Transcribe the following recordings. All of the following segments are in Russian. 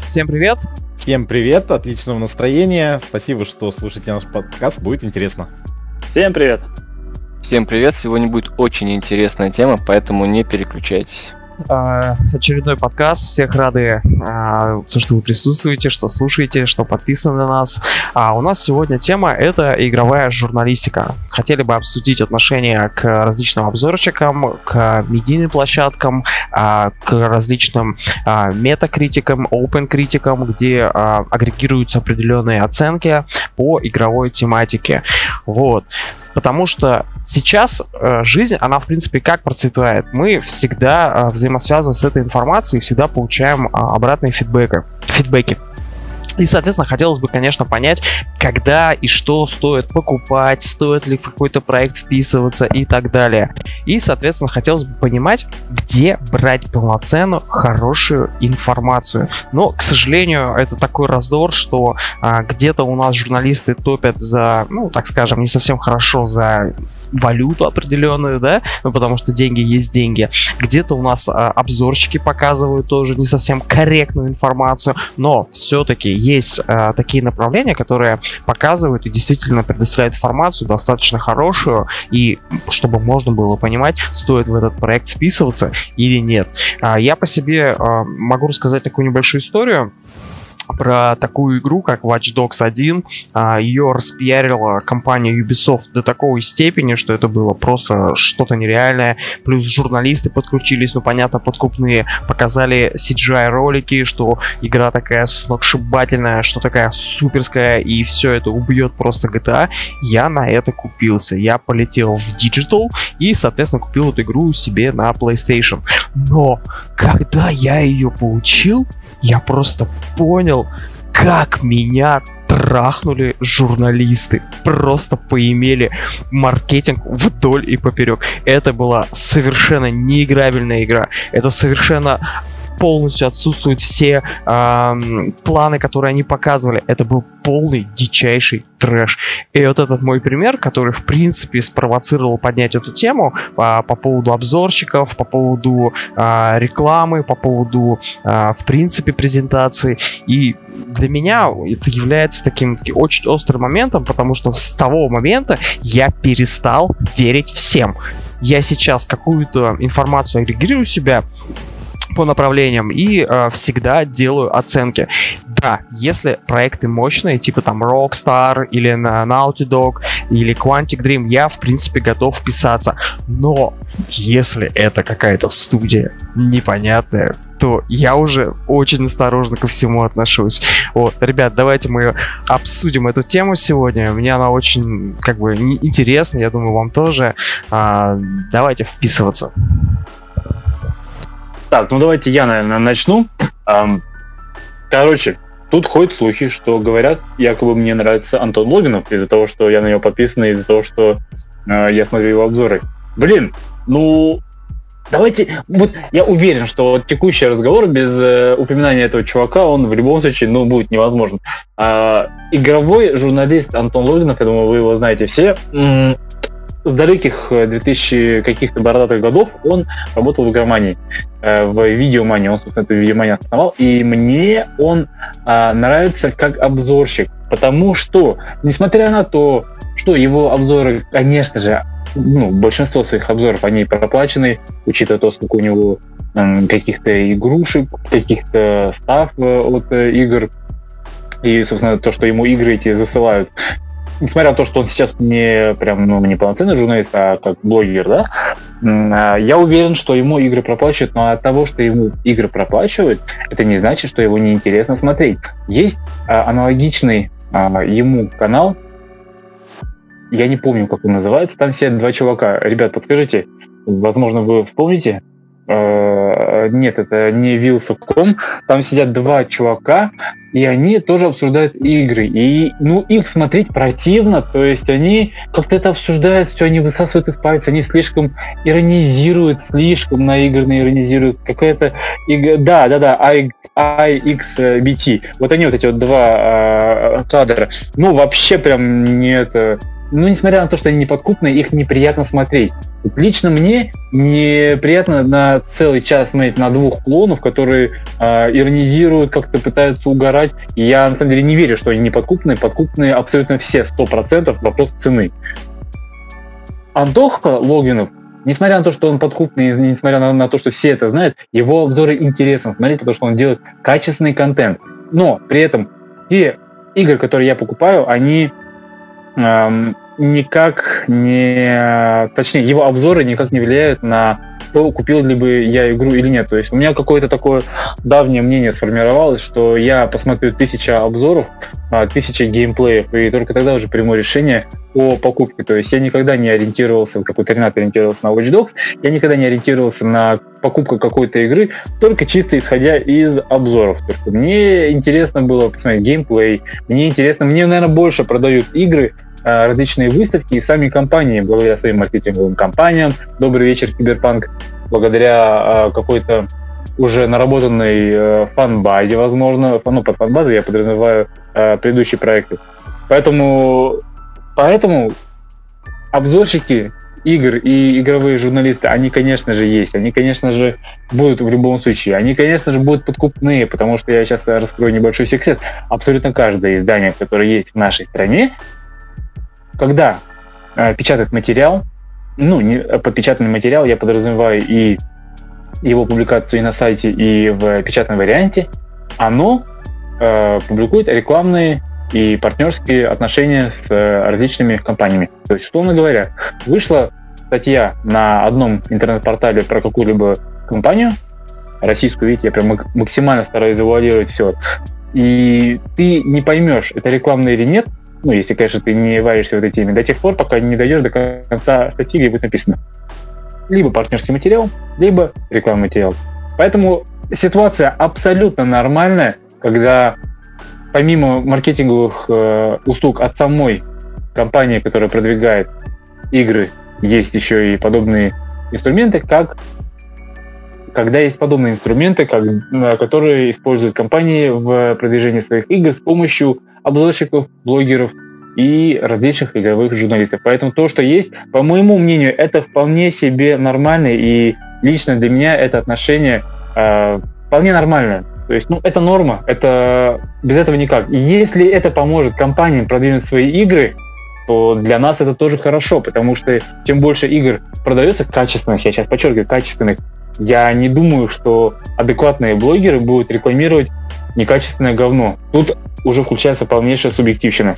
Всем привет! Всем привет, отличного настроения. Спасибо, что слушаете наш подкаст, будет интересно. Всем привет! Всем привет, сегодня будет очень интересная тема, поэтому не переключайтесь. Очередной подкаст. Всех рады, что вы присутствуете, что слушаете, что подписаны на нас. У нас сегодня тема — это игровая журналистика. Хотели бы обсудить отношение к различным обзорщикам, к медийным площадкам, к различным метакритикам, open-критикам, где агрегируются определенные оценки по игровой тематике. Вот. Потому что сейчас жизнь, она, в принципе, как процветает. Мы всегда взаимосвязаны с этой информацией, всегда получаем обратные фидбэки. И, соответственно, хотелось бы, конечно, понять, когда и что стоит покупать, стоит ли в какой-то проект вписываться и так далее. И, соответственно, хотелось бы понимать, где брать полноценную, хорошую информацию. Но, к сожалению, это такой раздор, что где-то у нас журналисты топят за, так скажем, не совсем хорошо за валюту определенную, да, потому что деньги есть деньги. Где-то у нас обзорщики показывают тоже не совсем корректную информацию, но все-таки есть такие направления, которые показывают и действительно предоставляют информацию достаточно хорошую, и чтобы можно было понимать, стоит в этот проект вписываться или нет. Я по себе могу рассказать такую небольшую историю про такую игру, как Watch Dogs 1. Ее распиарила компания Ubisoft до такой степени, что это было просто что-то нереальное. Плюс журналисты подключились, понятно, подкупные. Показали CGI-ролики, что игра такая сногсшибательная, что такая суперская, и все это убьет просто GTA. Я на это купился. Я полетел в Digital и, соответственно, купил эту игру себе на PlayStation. Но когда я ее получил, я просто понял, как меня трахнули журналисты. Просто поимели маркетинг вдоль и поперек. Это была совершенно неиграбельная игра. Это совершенно полностью отсутствуют все планы, которые они показывали. Это был полный дичайший трэш. И вот этот мой пример, который, в принципе, спровоцировал поднять эту тему по поводу обзорщиков, по поводу рекламы, по поводу, в принципе, презентации. И для меня это является таким очень острым моментом, потому что с того момента я перестал верить всем. Я сейчас какую-то информацию агрегирую себя по направлениям и всегда делаю оценки. Да, если проекты мощные, типа там Rockstar или Naughty Dog или Quantic Dream, я в принципе готов вписаться. Но если это какая-то студия непонятная, то я уже очень осторожно ко всему отношусь. Вот, ребят, давайте мы обсудим эту тему сегодня. Мне она очень, интересна, я думаю, вам тоже. Давайте вписываться. Так, давайте я, наверное, начну. Короче, тут ходят слухи, что говорят, якобы мне нравится Антон Логинов из-за того, что я на него подписан, из-за того, что я смотрю его обзоры. Давайте, я уверен, что текущий разговор без упоминания этого чувака, он в любом случае, будет невозможен. Игровой журналист Антон Логинов, я думаю, вы его знаете все, в далеких 2000 каких-то бородатых годов он работал в игромании, в видеомании, он, собственно, эту видеоманию основал, и мне он нравится как обзорщик, потому что, несмотря на то, что его обзоры, конечно же, большинство своих обзоров, они проплачены, учитывая то, сколько у него каких-то игрушек, каких-то став от игр, и, собственно, то, что ему игры эти засылают. Несмотря на то, что он сейчас не не полноценный журналист, а как блогер, да, я уверен, что ему игры проплачивают, но от того, что ему игры проплачивают, это не значит, что его неинтересно смотреть. Есть аналогичный ему канал, я не помню, как он называется, там сидят два чувака. Ребят, подскажите, возможно, вы вспомните? Нет, это не Wheels.com, там сидят два чувака, и они тоже обсуждают игры, и их смотреть противно, то есть они как-то это обсуждают, все они высасывают из пальца, они слишком иронизируют, слишком наигранно иронизируют, какая-то IXBT, вот они вот эти вот два кадра, вообще прям не это, несмотря на то, что они неподкупные, их неприятно смотреть. Вот лично мне неприятно на целый час смотреть на двух клонов, которые иронизируют, как-то пытаются угорать. И я на самом деле не верю, что они неподкупные. Подкупные абсолютно все, 100%, вопрос цены. Антоха Логвинов, несмотря на то, что он подкупный, несмотря на то, что все это знают, его обзоры интересно смотреть, потому что он делает качественный контент. Но при этом те игры, которые я покупаю, они никак не... Точнее, его обзоры никак не влияют на то, купил ли бы я игру или нет. То есть у меня какое-то такое давнее мнение сформировалось, что я посмотрю 1000 обзоров, 1000 геймплеев, и только тогда уже приму решение о покупке. То есть я никогда не ориентировался, как вот Ренат ориентировался на Watch Dogs, я никогда не ориентировался на покупку какой-то игры, только чисто исходя из обзоров. Только мне интересно было посмотреть геймплей, мне, наверное, больше продают игры, различные выставки и сами компании, благодаря своим маркетинговым компаниям. Добрый вечер, Киберпанк. Благодаря какой-то уже наработанной фан-базе, возможно. Под фан-базой я подразумеваю предыдущие проекты. Поэтому обзорщики игр и игровые журналисты, они, конечно же, есть. Они, конечно же, будут в любом случае. Они, конечно же, будут подкупные, потому что я сейчас раскрою небольшой секрет. Абсолютно каждое издание, которое есть в нашей стране, когда печатает материал, под печатный материал я подразумеваю и его публикацию и на сайте, и в печатном варианте, оно публикует рекламные и партнерские отношения с различными компаниями. То есть, условно говоря, вышла статья на одном интернет-портале про какую-либо компанию, российскую, видите, я прям максимально стараюсь завуалировать все, и ты не поймешь, это рекламный или нет, если, конечно, ты не варишься в этой теме, до тех пор, пока не дойдешь до конца статьи, где будет написано либо партнерский материал, либо рекламный материал. Поэтому ситуация абсолютно нормальная, когда помимо маркетинговых услуг от самой компании, которая продвигает игры, есть еще и подобные инструменты, когда есть подобные инструменты, которые используют компании в продвижении своих игр с помощью обзорщиков, блогеров и различных игровых журналистов. Поэтому то, что есть, по моему мнению, это вполне себе нормально, и лично для меня это отношение вполне нормальное. То есть, это норма, это без этого никак. И если это поможет компаниям продвинуть свои игры, то для нас это тоже хорошо, потому что чем больше игр продается качественных, я сейчас подчеркиваю, качественных, я не думаю, что адекватные блогеры будут рекламировать некачественное говно. Тут уже включается полнейшая субъективщина.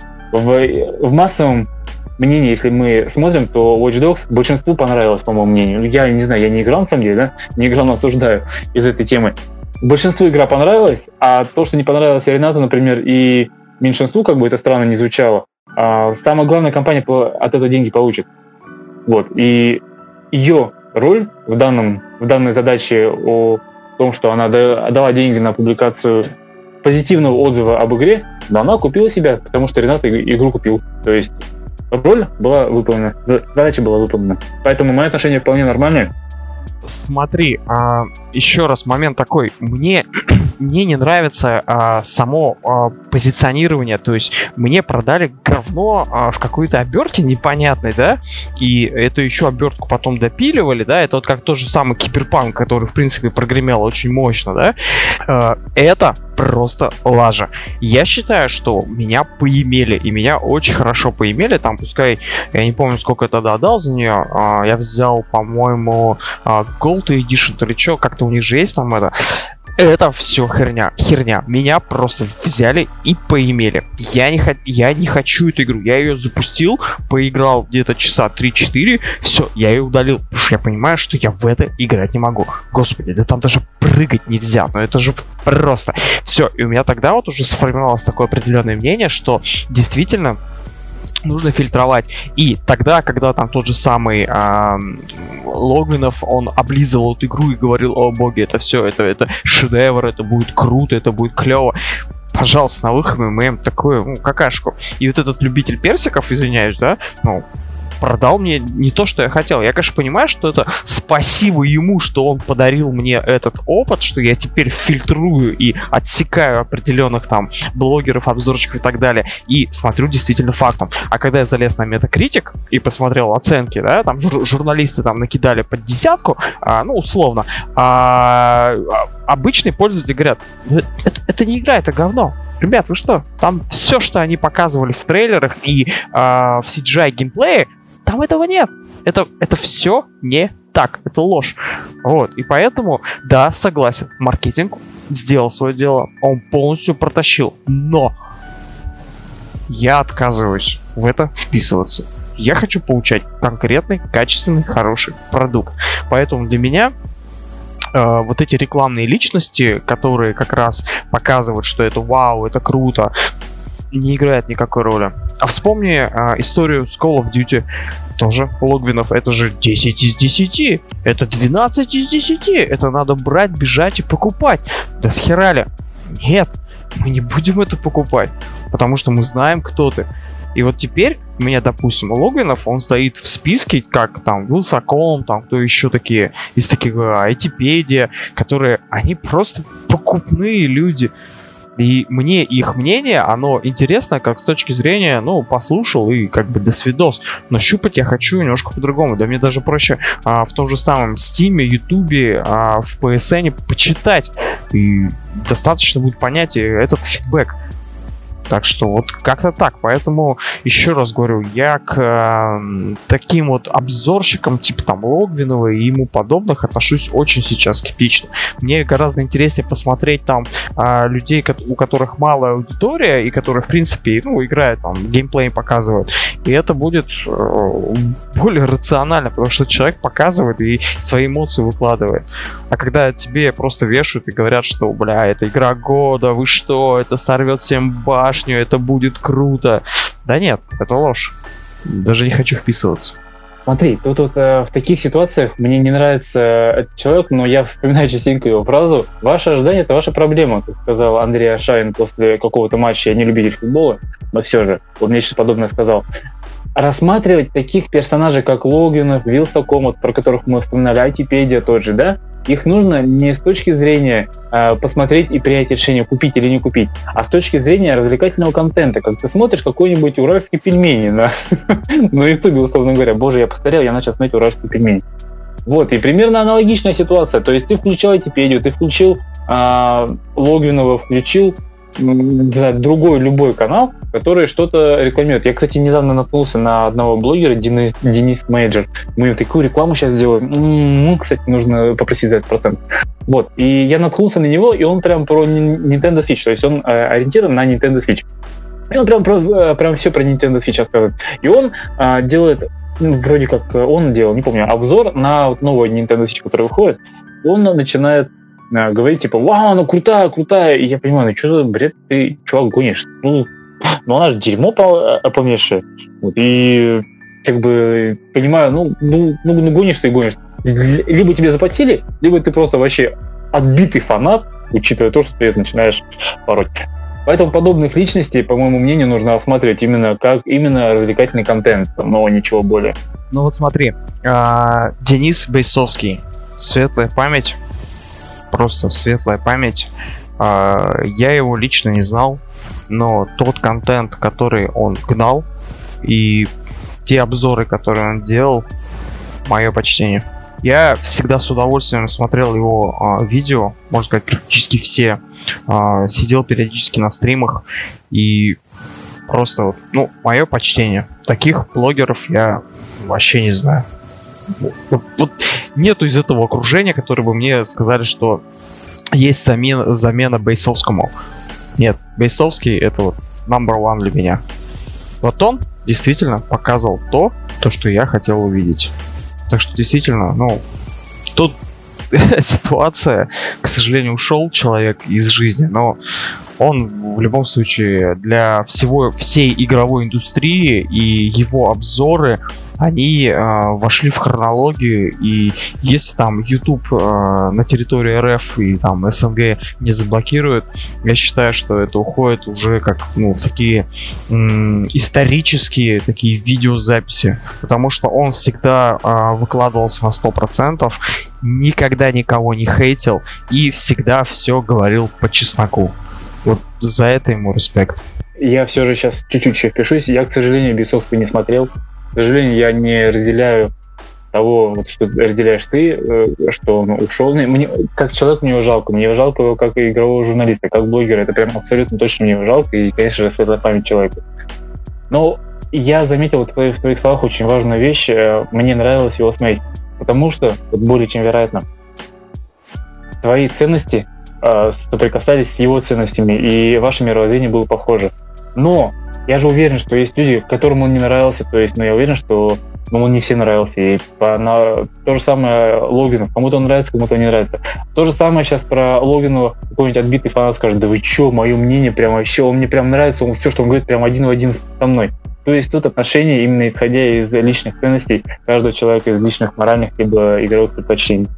В массовом мнении, если мы смотрим, то Watch Dogs большинству понравилось, по моему мнению. Я не знаю, я не играл на самом деле, да? Не играл, но осуждаю из этой темы. Большинству игра понравилась, а то, что не понравилось Ренату, например, и меньшинству, как бы это странно не звучало, самая главная компания от этого деньги получит. Вот. И ее роль в данной задаче о том, что она дала деньги на публикацию позитивного отзыва об игре, но она купила себя, потому что Ренат игру купил. То есть роль была выполнена, задача была выполнена. Поэтому мое отношение вполне нормальное. Смотри, еще раз момент такой. Мне не нравится само позиционирование. То есть мне продали говно в какой-то обертке непонятной, да? И эту еще обертку потом допиливали, да? Это вот как тот же самый Киберпанк, который, в принципе, прогремел очень мощно, да? Это просто лажа. Я считаю, что меня поимели, и меня очень хорошо поимели. Там, пускай, я не помню, сколько я тогда отдал за нее. Я взял, по-моему, Gold Edition, то ли что, как-то у них же есть там это. Это все херня. Меня просто взяли и поимели. Я не хочу эту игру. Я ее запустил, поиграл где-то часа 3-4, все, я ее удалил. Потому что я понимаю, что я в это играть не могу. Господи, да там даже прыгать нельзя. Но это же просто. Все, и у меня тогда вот уже сформировалось такое определенное мнение, что действительно нужно фильтровать. И тогда, когда там тот же самый Логвинов, он облизывал эту игру и говорил: о боги, это все, это шедевр, это будет круто, это будет клево. Пожалуйста, на выходе мы имеем такую какашку. И вот этот любитель персиков, извиняюсь, да, продал мне не то, что я хотел. Я, конечно, понимаю, что это спасибо ему, что он подарил мне этот опыт, что я теперь фильтрую и отсекаю определенных там блогеров, обзорщиков и так далее, и смотрю действительно фактом. А когда я залез на Metacritic и посмотрел оценки, да, там журналисты там накидали под 10, ну, условно, обычные пользователи говорят, это не игра, это говно. Ребят, вы что? Там все, что они показывали в трейлерах и в CGI геймплее, там этого нет. Это все не так, это ложь. Вот, и поэтому, да, согласен, маркетинг сделал свое дело, он полностью протащил, но я отказываюсь в это вписываться. Я хочу получать конкретный, качественный, хороший продукт. Поэтому для меня вот эти рекламные личности, которые как раз показывают, что это вау, это круто, не играют никакой роли. А вспомни историю с Call of Duty. Тоже Логвинов, это же 10 из 10, это 12 из 10, это надо брать, бежать и покупать. Да схерали. Нет, мы не будем это покупать, потому что мы знаем, кто ты. И вот теперь у меня, допустим, Логвинов, он стоит в списке, как там Вилсаком, там кто еще такие, из таких айтипедия, которые, они просто покупные люди. И мне их мнение, оно интересно, как с точки зрения, ну, послушал и как бы до свидос. Но щупать я хочу немножко по-другому. Да мне даже проще в том же самом Steam, YouTube, в PSN почитать. И достаточно будет понять этот фидбэк. Так что вот как-то так. Поэтому, еще раз говорю, я к таким вот обзорщикам, типа там Логвинова и ему подобных, отношусь очень сейчас скептично. Мне гораздо интереснее посмотреть там людей, у которых малая аудитория и которые, в принципе, ну, играют там, геймплей показывают. И это будет более рационально, потому что человек показывает и свои эмоции выкладывает. А когда тебе просто вешают и говорят, что, бля, это игра года, вы что, это сорвет всем башню, это будет круто. Да нет, это ложь. Даже не хочу вписываться. Смотри, тут вот в таких ситуациях мне не нравится этот человек, но я вспоминаю частенько его фразу: «Ваше ожидание – это ваша проблема», как сказал Андрей Ашаин после какого-то матча. Я не любитель футбола, но все же, он мне что-то подобное сказал. Рассматривать таких персонажей, как Логвинов, Вилсаком, про которых мы вспоминали, айтипедия тот же, да, их нужно не с точки зрения посмотреть и принять решение, купить или не купить, а с точки зрения развлекательного контента. Как ты смотришь какой-нибудь уральский пельмени на ютубе, условно говоря. Боже, я постарел, я начал смотреть уральские пельмени. Вот, и примерно аналогичная ситуация. То есть ты включил айтипедию, ты включил Логвинова, включил не знаю, другой любой канал, который что-то рекламирует. Я, кстати, недавно наткнулся на одного блогера, Денис Мейджор. Мы такую рекламу сейчас делаем. Кстати, нужно попросить за этот процент. Вот. И я наткнулся на него, и он прям про Nintendo Switch. То есть он ориентирован на Nintendo Switch. И он прям все про Nintendo Switch рассказывает. И он делает, вроде как он делал, не помню, обзор на вот новую Nintendo Switch, которая выходит. Он начинает говорить, типа, вау, она крутая. И я понимаю, ну что за бред ты, чувак, гонишь? Ну она же дерьмо полнейшее. Вот, и как бы понимаю, ну гонишь ты и гонишь. Либо тебе заплатили, либо ты просто вообще отбитый фанат, учитывая то, что ты это начинаешь пороть. Поэтому подобных личностей, по моему мнению, нужно рассматривать именно как развлекательный контент, но ничего более. Ну вот смотри, Денис Бойцовский, светлая память, просто светлая память. Я его лично не знал, но тот контент, который он гнал, и те обзоры, которые он делал, мое почтение. Я всегда с удовольствием смотрел его видео, можно сказать, практически все. Сидел периодически на стримах, и просто вот, мое почтение. Таких блогеров я вообще не знаю. Вот нету из этого окружения, которые бы мне сказали, что есть замена Бойцовскому. Нет, Бойцовский — это вот number one для меня. Вот он действительно показывал то, что я хотел увидеть. Так что действительно, тут ситуация, к сожалению, ушел человек из жизни, но он в любом случае для всей игровой индустрии и его обзоры они вошли в хронологию, и если там YouTube на территории РФ и там СНГ не заблокирует, я считаю, что это уходит уже как в такие исторические такие видеозаписи, потому что он всегда выкладывался на 100%, никогда никого не хейтил и всегда все говорил по чесноку. Вот за это ему респект. Я все же сейчас чуть-чуть еще впишусь. Я, к сожалению, Бесовского не смотрел. К сожалению, я не разделяю того, вот, что разделяешь ты, что он ушел. Мне, как человек, мне его жалко. Мне его жалко его как игрового журналиста, как блогера. Это прям абсолютно точно мне его жалко. И, конечно же, светлая память человека. Но я заметил в твоих словах очень важную вещь. Мне нравилось его смотреть. Потому что, вот более чем вероятно, твои ценности соприкасались с его ценностями, и ваше мировоззрение было похоже. Но я же уверен, что есть люди, которым он не нравился, то есть, я уверен, что он не всем нравился. И то же самое Логинов. Кому-то он нравится, кому-то не нравится. То же самое сейчас про Логинова какой-нибудь отбитый фанат скажет: да вы чё, мое мнение прям вообще, он мне прям нравится, он все, что он говорит, прям один в один со мной. То есть тут отношения именно исходя из личных ценностей каждого человека, из личных моральных либо игровых предпочтений.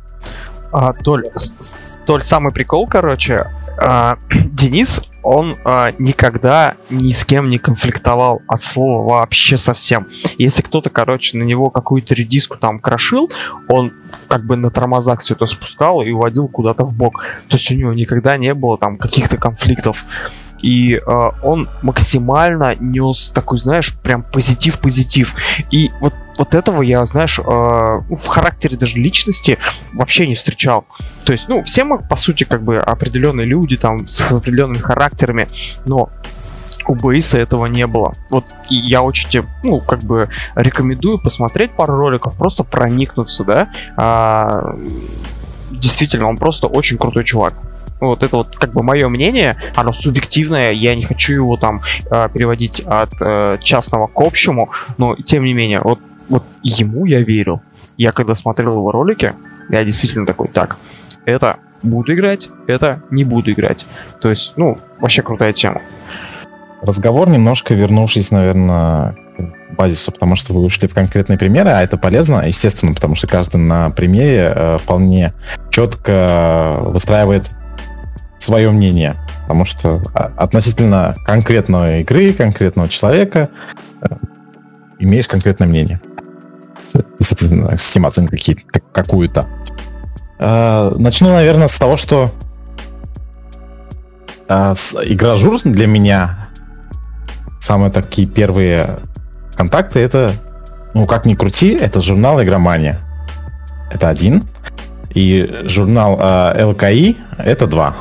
Толь, самый прикол, Денис, он никогда ни с кем не конфликтовал от слова вообще совсем. Если кто-то, на него какую-то редиску там крошил, он как бы на тормозах все это спускал и уводил куда-то в бок. То есть у него никогда не было там каких-то конфликтов. И он максимально нес такой, знаешь, прям позитив. И вот этого я, знаешь, в характере даже личности вообще не встречал. То есть, все мы, по сути, как бы определенные люди там с определенными характерами, но у Бориса этого не было. Вот и я очень тебе, рекомендую посмотреть пару роликов, просто проникнуться, да. Действительно, он просто очень крутой чувак. Вот это вот как бы мое мнение, оно субъективное, я не хочу его там переводить от частного к общему, но тем не менее, вот ему я верил. Я когда смотрел его ролики, я действительно такой: так, это буду играть, это не буду играть. То есть, вообще крутая тема. Разговор немножко вернувшись, наверное, к базису, потому что вы ушли в конкретные примеры, а это полезно, естественно, потому что каждый на примере вполне четко выстраивает свое мнение, потому что относительно конкретной игры, конкретного человека имеешь конкретное мнение. Соответственно, схемату какую-то. Начну, наверное, с того, что игра Жур для меня самые такие первые контакты — это, как ни крути, это журнал «Игромания». Это 1. И журнал ЛКИ — это 2.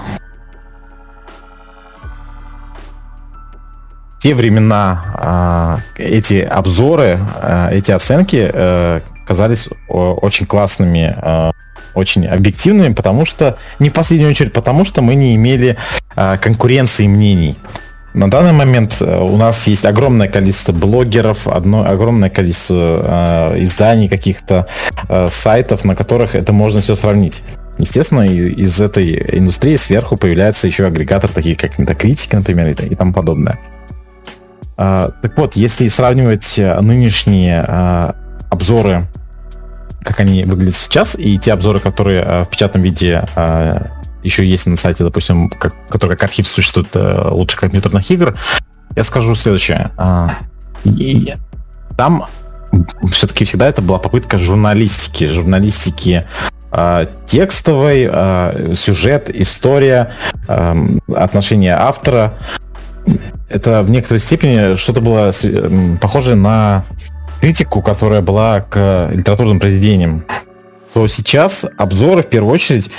В те времена эти обзоры, эти оценки казались очень классными, очень объективными, потому что, не в последнюю очередь, потому что мы не имели конкуренции мнений. На данный момент у нас есть огромное количество блогеров, огромное количество изданий, каких-то сайтов, на которых это можно все сравнить. Естественно, из этой индустрии сверху появляются еще агрегаторы, такие как Metacritic, например, и тому подобное. Так вот, если сравнивать нынешние обзоры, как они выглядят сейчас, и те обзоры, которые в печатном виде еще есть на сайте, допустим, который как архив существует лучших компьютерных игр, я скажу следующее. И там все-таки всегда это была попытка журналистики текстовой, сюжет, история, отношение автора. Это в некоторой степени что-то было похоже на критику, которая была к литературным произведениям. То сейчас обзоры, в первую очередь,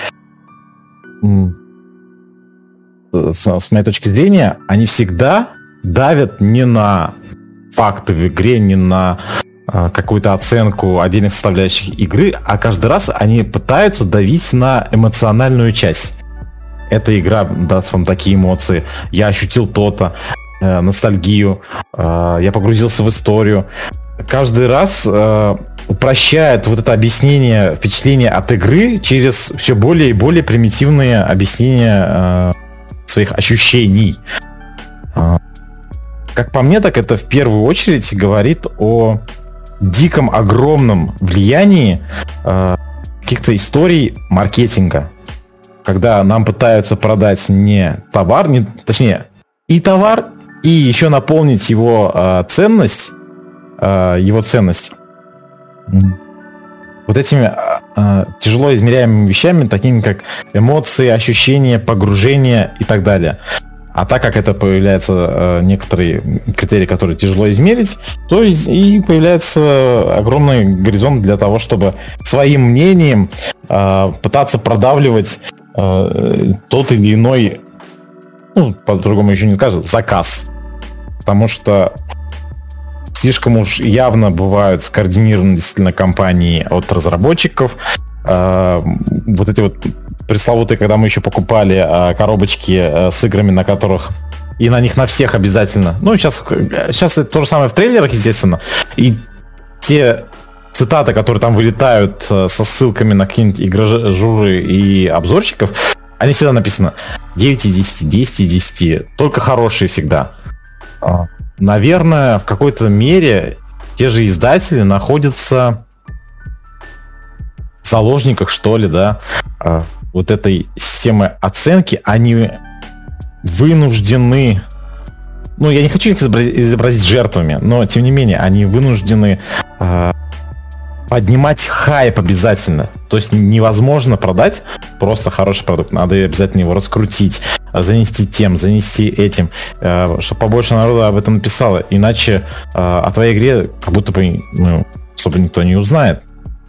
с моей точки зрения, они всегда давят не на факты в игре, не на какую-то оценку отдельных составляющих игры, а каждый раз они пытаются давить на эмоциональную часть. Эта игра даст вам такие эмоции, я ощутил то-то, ностальгию, я погрузился в историю. Каждый раз упрощает вот это объяснение впечатления от игры через все более и более примитивные объяснения своих ощущений. Как по мне, так это в первую очередь говорит о диком, огромном влиянии каких-то историй маркетинга. Когда нам пытаются продать не товар, точнее, и товар, и еще наполнить его ценность, вот этими тяжело измеряемыми вещами, такими как эмоции, ощущения, погружение и так далее. А так как это появляются некоторые критерии, которые тяжело измерить, то и появляется огромный горизонт для того, чтобы своим мнением пытаться продавливать тот или иной, по-другому еще не скажут, заказ. Потому что слишком уж явно бывают скоординированы действительно компании от разработчиков. Вот эти вот пресловутые, когда мы еще покупали коробочки с играми, на которых и на них на всех обязательно. Сейчас это то же самое в трейлерах, естественно. И те цитаты, которые там вылетают со ссылками на какие-нибудь игрожуры и обзорщиков, они всегда написано 9 из 10, 10 из 10. Только хорошие всегда. Наверное, в какой-то мере те же издатели находятся в заложниках, что ли, да, вот этой системы оценки. Они вынуждены, я не хочу их изобразить жертвами, но тем не менее они вынуждены поднимать хайп обязательно. То есть невозможно продать просто хороший продукт. Надо обязательно его раскрутить, занести тем, занести этим, чтобы побольше народу об этом написало. Иначе о твоей игре как будто бы особо никто не узнает.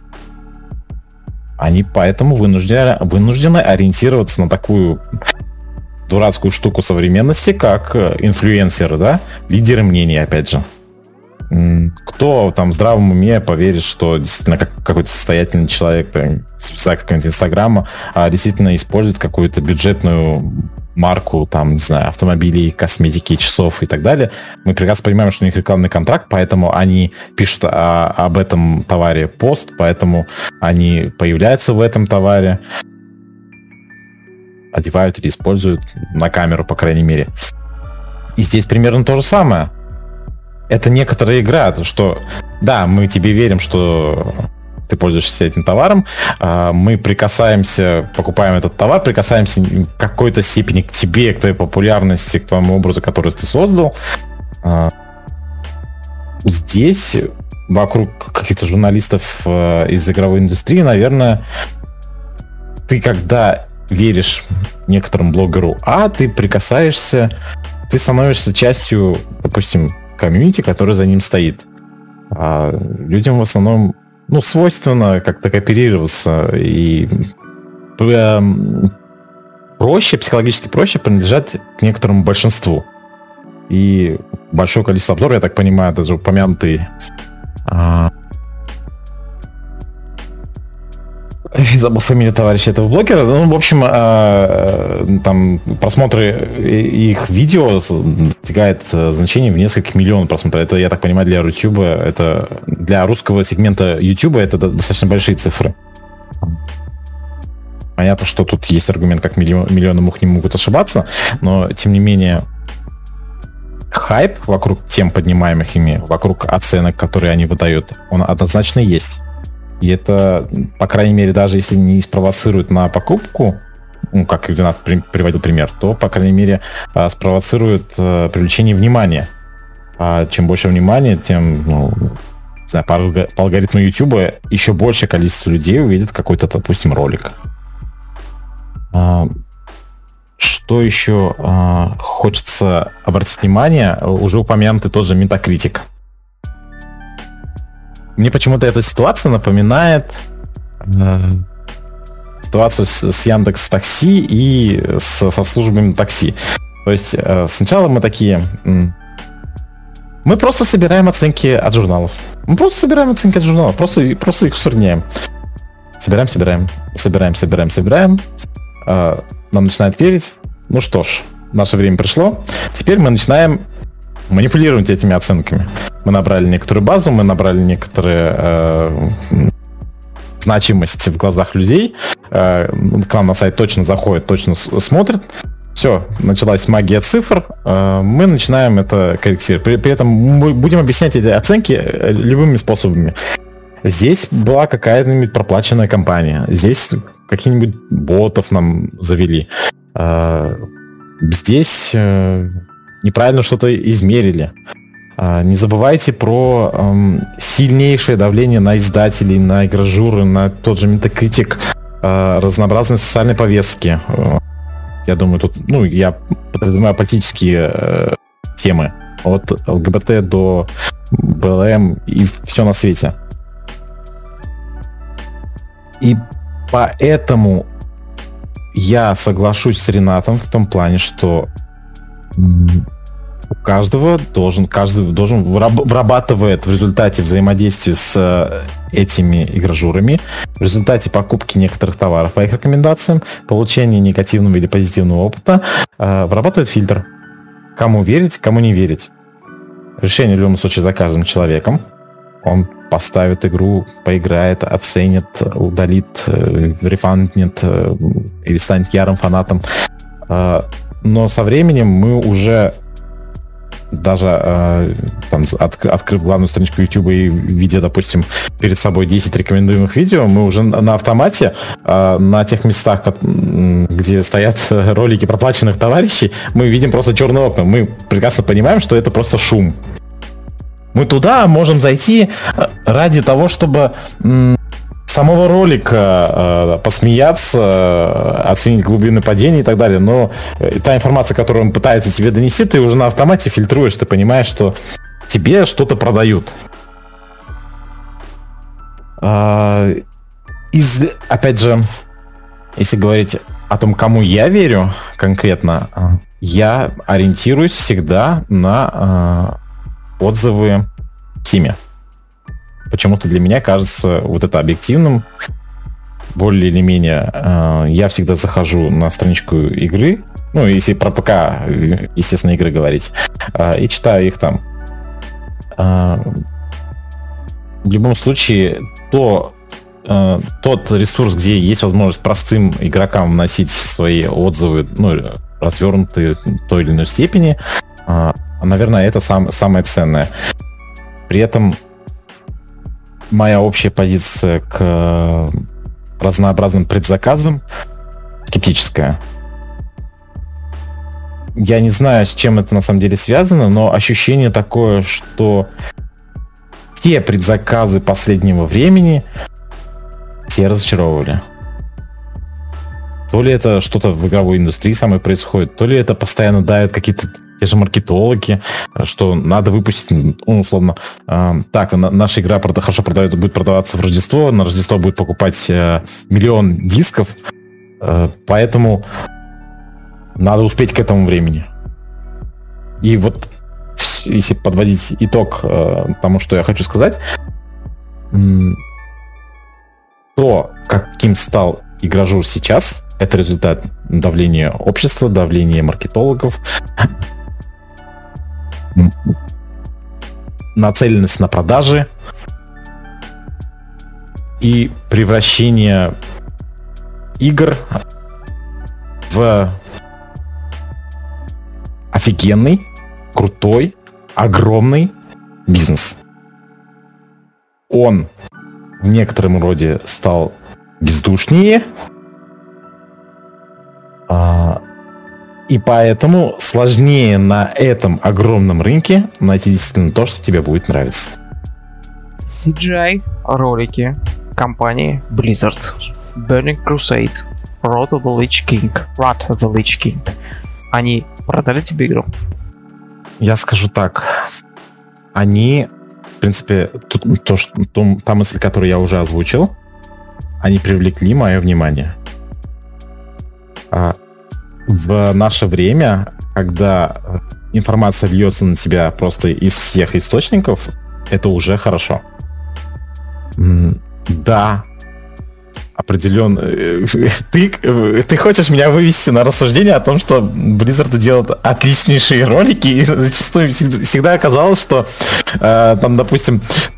Они поэтому вынуждены ориентироваться на такую дурацкую штуку современности, как инфлюенсеры, да? Лидеры мнений, опять же. Кто там в здравом уме поверит, что действительно какой-то состоятельный человек, звезда какого-нибудь Инстаграма, действительно использует какую-то бюджетную марку, там, не знаю, автомобилей, косметики, часов и так далее. Мы прекрасно понимаем, что у них рекламный контракт, поэтому они пишут об этом товаре пост, поэтому они появляются в этом товаре, одевают или используют на камеру, по крайней мере. И здесь примерно то же самое. Это некоторая игра, что да, мы тебе верим, что ты пользуешься этим товаром, мы прикасаемся, покупаем этот товар, прикасаемся в какой-то степени к тебе, к твоей популярности, к твоему образу, который ты создал. Здесь вокруг каких-то журналистов из игровой индустрии, наверное, ты когда веришь некоторому блогеру, ты прикасаешься, ты становишься частью, допустим, комьюнити, который за ним стоит. А людям в основном, свойственно как-то кооперироваться и психологически проще принадлежать к некоторому большинству. И большое количество обзоров, я так понимаю, даже упомянутый забыл фамилию товарища этого блогера. В общем, там просмотры их видео достигает значения в несколько миллионов просмотров. Это, я так понимаю, для YouTube, это для русского сегмента YouTube это достаточно большие цифры. Понятно, что тут есть аргумент, как миллионы мух не могут ошибаться, но тем не менее хайп вокруг тем поднимаемых ими, вокруг оценок, которые они выдают, он однозначно есть. И это, по крайней мере, даже если не спровоцирует на покупку, как Ренат приводил пример, то, по крайней мере, спровоцирует привлечение внимания. А чем больше внимания, тем, не знаю, по алгоритму YouTube еще большее количество людей увидит какой-то, допустим, ролик. Что еще хочется обратить внимание, уже упомянутый тоже Metacritic. Мне почему-то эта ситуация напоминает ситуацию с Яндекс.Такси и со службами такси. То есть сначала мы такие... Мы просто собираем оценки от журналов. Просто их усредняем. Собираем. Нам начинают верить. Ну что ж, наше время пришло. Теперь мы начинаем манипулировать этими оценками. Мы набрали некоторую базу, мы набрали некоторые значимость в глазах людей. К нам на сайт точно заходит, точно смотрит. все, началась магия цифр, мы начинаем это корректировать. При этом мы будем объяснять эти оценки любыми способами. Здесь была какая-нибудь проплаченная компания, здесь каких-нибудь ботов нам завели, здесь неправильно что-то измерили. Не забывайте про сильнейшее давление на издателей, на игражуры, на тот же Metacritic, разнообразные социальные повестки. Я думаю, тут, я подразумеваю политические темы, от ЛГБТ до БЛМ и все на свете. И поэтому я соглашусь с Ренатом в том плане, что каждый должен вырабатывает в результате взаимодействия с этими игражурами, в результате покупки некоторых товаров по их рекомендациям, получения негативного или позитивного опыта, вырабатывает фильтр. Кому верить, кому не верить. Решение в любом случае за каждым человеком. Он поставит игру, поиграет, оценит, удалит, рефанднет или станет ярым фанатом. Но со временем мы уже даже открыв главную страничку YouTube и видя, допустим, перед собой 10 рекомендуемых видео, мы уже на автомате на тех местах, где стоят ролики проплаченных товарищей, мы видим просто черные окна. Мы прекрасно понимаем, что это просто шум. Мы туда можем зайти ради того, чтобы самого ролика посмеяться, оценить глубины падения и так далее. Но та информация, которую он пытается тебе донести, ты уже на автомате фильтруешь, ты понимаешь, что тебе что-то продают. Опять же, если говорить о том, кому я верю конкретно, я ориентируюсь всегда на отзывы в Steam. Почему-то для меня кажется вот это объективным. Более или менее я всегда захожу на страничку игры, если про ПК, естественно, игры говорить, и читаю их там. В любом случае, тот ресурс, где есть возможность простым игрокам вносить свои отзывы, развернутые в той или иной степени, наверное, это самое ценное. При этом моя общая позиция к разнообразным предзаказам скептическая. Я не знаю, с чем это на самом деле связано, но ощущение такое, что те предзаказы последнего времени все разочаровывали. То ли это что-то в игровой индустрии самое происходит, то ли это постоянно давят какие-то те же маркетологи, что надо выпустить, условно, наша игра хорошо будет продаваться в Рождество, на Рождество будет покупать 1 миллион дисков, поэтому надо успеть к этому времени. И вот, если подводить итог тому, что я хочу сказать, то, каким стал игражур сейчас, это результат давления общества, давления маркетологов, нацеленность на продажи и превращение игр в офигенный, крутой, огромный бизнес. Он в некотором роде стал бездушнее, и поэтому сложнее на этом огромном рынке найти действительно то, что тебе будет нравиться. CGI ролики компании Blizzard, Burning Crusade, Wrath of the Lich King. Они продали тебе игру? Я скажу так. Они, в принципе, та мысль, которую я уже озвучил, они привлекли мое внимание. В наше время, когда информация льется на тебя просто из всех источников, это уже хорошо. Да, определенный... Ты хочешь меня вывести на рассуждение о том, что Blizzard делает отличнейшие ролики, и зачастую всегда оказалось, что там, допустим,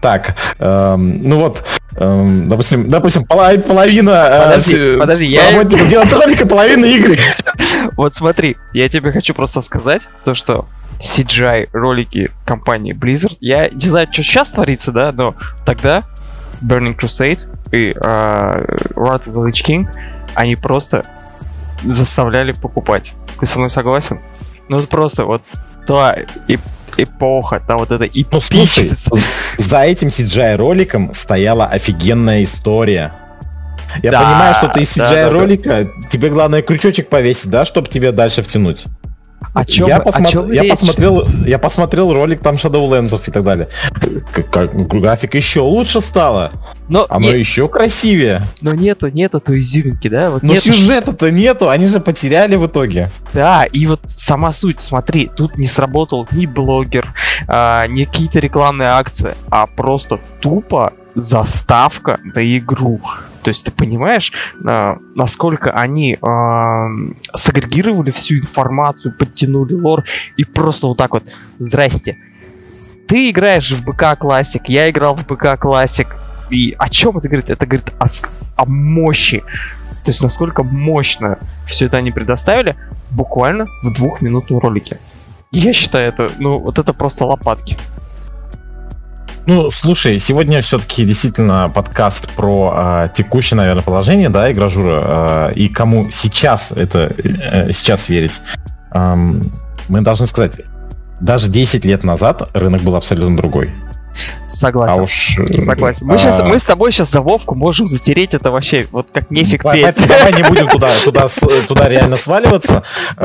допустим, половина Подожди, работников делает ролик, половина игры. Вот смотри, я тебе хочу просто сказать, то, что CGI ролики компании Blizzard, я не знаю, что сейчас творится, да, но тогда Burning Crusade и Wrath of the Lich King, они просто заставляли покупать. Ты со мной согласен? Ну, это просто вот та эпоха, та вот эта эпичность. Ну, слушай, за этим CGI-роликом стояла офигенная история. Я понимаю, что ты из CGI-ролика, тебе главное крючочек повесить, да, чтобы тебя дальше втянуть. Я посмотрел ролик там Shadowlands и так далее. Графика еще лучше стала. Оно еще красивее. Но нету той изюминки, да? Вот но сюжета-то нету, они же потеряли в итоге. Да, и вот сама суть, смотри, тут не сработал ни блогер, ни какие-то рекламные акции, а просто тупо заставка на игру. То есть ты понимаешь, насколько они сагрегировали всю информацию, подтянули лор и просто вот так вот: здрасте. Ты играешь в БК Classic, я играл в БК Classic. И о чем это говорит? Это говорит о мощи. То есть насколько мощно все это они предоставили буквально в 2-минутном ролике. Я считаю это, вот это просто лопатки. Ну, слушай, сегодня все-таки действительно подкаст про текущее, наверное, положение, да, игражура, и кому сейчас верить. Мы должны сказать, даже 10 лет назад рынок был абсолютно другой. Согласен. Согласен. Мы с тобой сейчас за Вовку можем затереть это вообще, вот как нефиг петь. Давай не будем туда реально сваливаться.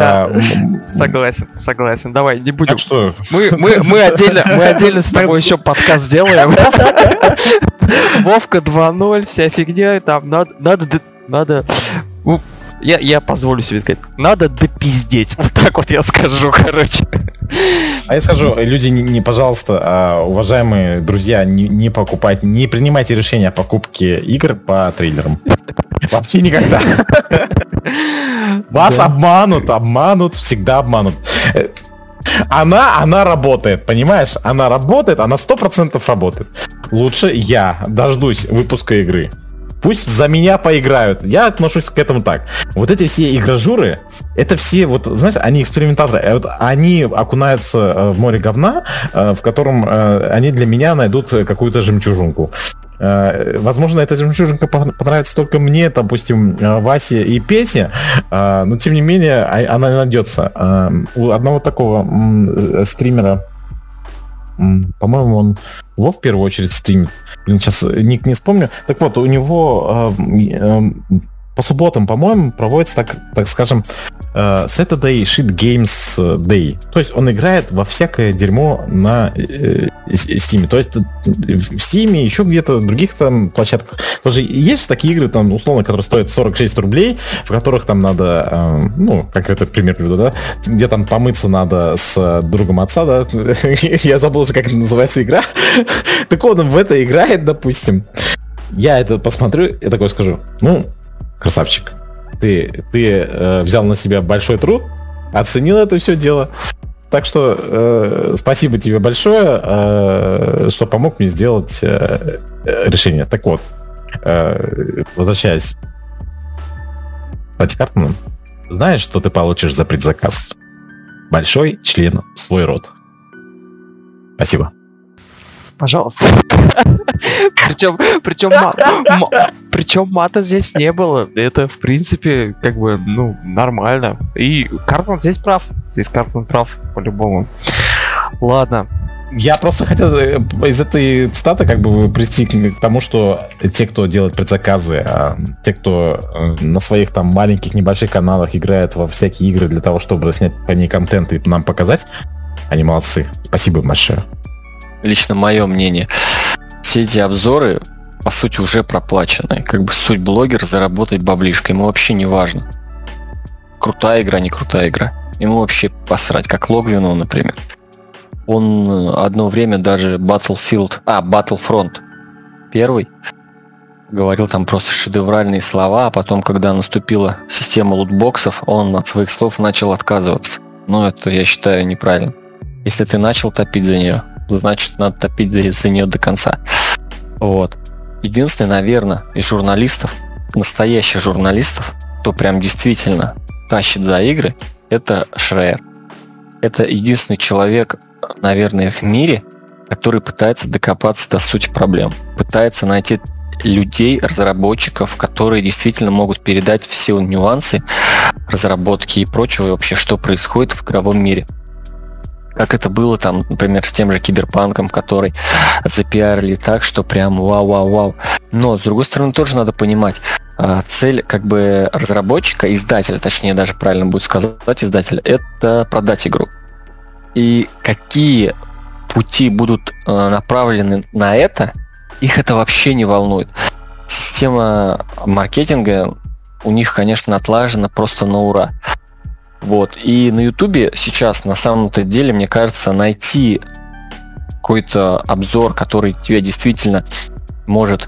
Согласен. Давай, не будем. Так что... Мы отдельно с тобой еще подкаст сделаем. Вовка 2.0, вся фигня, там надо... Я позволю себе сказать, надо допиздеть. Вот так вот я скажу, короче. А я скажу, люди, пожалуйста, уважаемые друзья, не покупайте, не принимайте решения о покупке игр по трейлерам. Вообще никогда. Вас обманут, всегда обманут. Она работает, понимаешь? Она работает, она 100% работает. Лучше я дождусь выпуска игры. Пусть за меня поиграют. Я отношусь к этому так. Вот эти все игражуры, это все, вот, знаешь, они экспериментаторы. Вот они окунаются в море говна, в котором они для меня найдут какую-то жемчужинку. Возможно, эта жемчужинка понравится только мне, допустим, Васе и Пете, но тем не менее она найдется. У одного такого стримера, по-моему, он в первую очередь стримит. Сейчас ник не вспомню. Так вот, у него по субботам, по-моему, проводится, так скажем, Saturday Shit Games Day. То есть он играет во всякое дерьмо на Steam. То есть в Steam, еще где-то в других там площадках. Тоже есть такие игры, там, условно, которые стоят 46 рублей, в которых там надо, конкретно пример приведу, да, где там помыться надо с другом отца, да. Я забыл уже, как это называется игра. Так вот, он в это играет, допустим. Я это посмотрю и такой скажу: красавчик, ты взял на себя большой труд, оценил это все дело. Так что спасибо тебе большое, что помог мне сделать решение. Так вот, возвращаясь к Пати Картману, знаешь, что ты получишь за предзаказ? Большой член в свой рот. Спасибо. Пожалуйста. Причем мата здесь не было. Это, в принципе, нормально. И Картман здесь прав. Картман прав по-любому. Ладно. Я просто хотел из этой цитаты прийти к тому, что те, кто делает предзаказы, те, кто на своих там маленьких небольших каналах играет во всякие игры для того, чтобы снять по ней контент и нам показать, они молодцы. Спасибо им большое. Лично мое мнение, все эти обзоры, по сути, уже проплачены. Суть блогера — заработать баблишко. Ему вообще не важно, крутая игра, не крутая игра. Ему вообще посрать, как Логвинов, например. Он одно время даже Battlefront 1 говорил там просто шедевральные слова, а потом, когда наступила система лутбоксов, он от своих слов начал отказываться. Но это, я считаю, неправильно. Если ты начал топить за нее, значит, надо топить за нее до конца. Вот. Единственный, наверное, из журналистов, настоящих журналистов, кто прям действительно тащит за игры, это Schreier. Это единственный человек, наверное, в мире, который пытается докопаться до сути проблем. Пытается найти людей, разработчиков, которые действительно могут передать все нюансы разработки и прочего, и вообще, что происходит в игровом мире. Как это было там, например, с тем же Киберпанком, который запиарили так, что прям вау-вау-вау. Но, с другой стороны, тоже надо понимать, цель как бы разработчика, издателя, точнее даже правильно будет сказать издателя, это продать игру. И какие пути будут направлены на это, их это вообще не волнует. Система маркетинга у них, конечно, отлажена просто на ура. Вот. И на Ютубе сейчас, на самом-то деле, мне кажется, найти какой-то обзор, который тебе действительно может,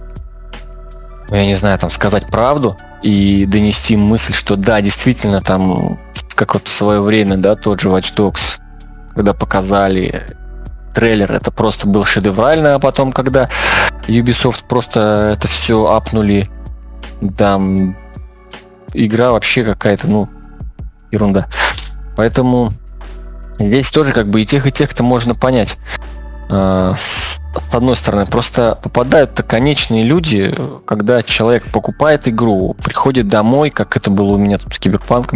я не знаю, там, сказать правду и донести мысль, что да, действительно, там, как вот в свое время, да, тот же Watch Dogs, когда показали трейлер, это просто был шедеврально, а потом, когда Ubisoft просто это все апнули, там, игра вообще какая-то, ерунда. Поэтому здесь тоже как бы и тех-то можно понять. С одной стороны, просто попадают-то конечные люди, когда человек покупает игру, приходит домой, как это было у меня тут с Киберпанком,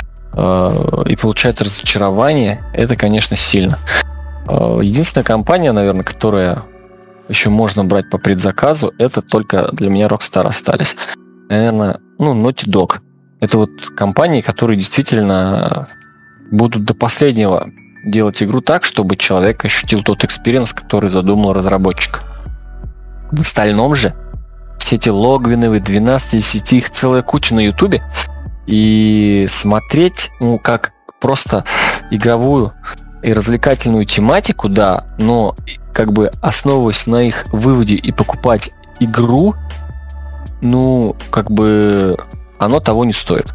и получает разочарование, это, конечно, сильно. Единственная компания, наверное, которая еще можно брать по предзаказу, это только для меня Rockstar остались. Наверное, Naughty Dog. Это вот компании, которые действительно будут до последнего делать игру так, чтобы человек ощутил тот экспириенс, который задумал разработчик. В остальном же все эти логвиновые 12-10, их целая куча на Ютубе, и смотреть, как просто игровую и развлекательную тематику, да, но как бы основываясь на их выводе и покупать игру, как бы оно того не стоит.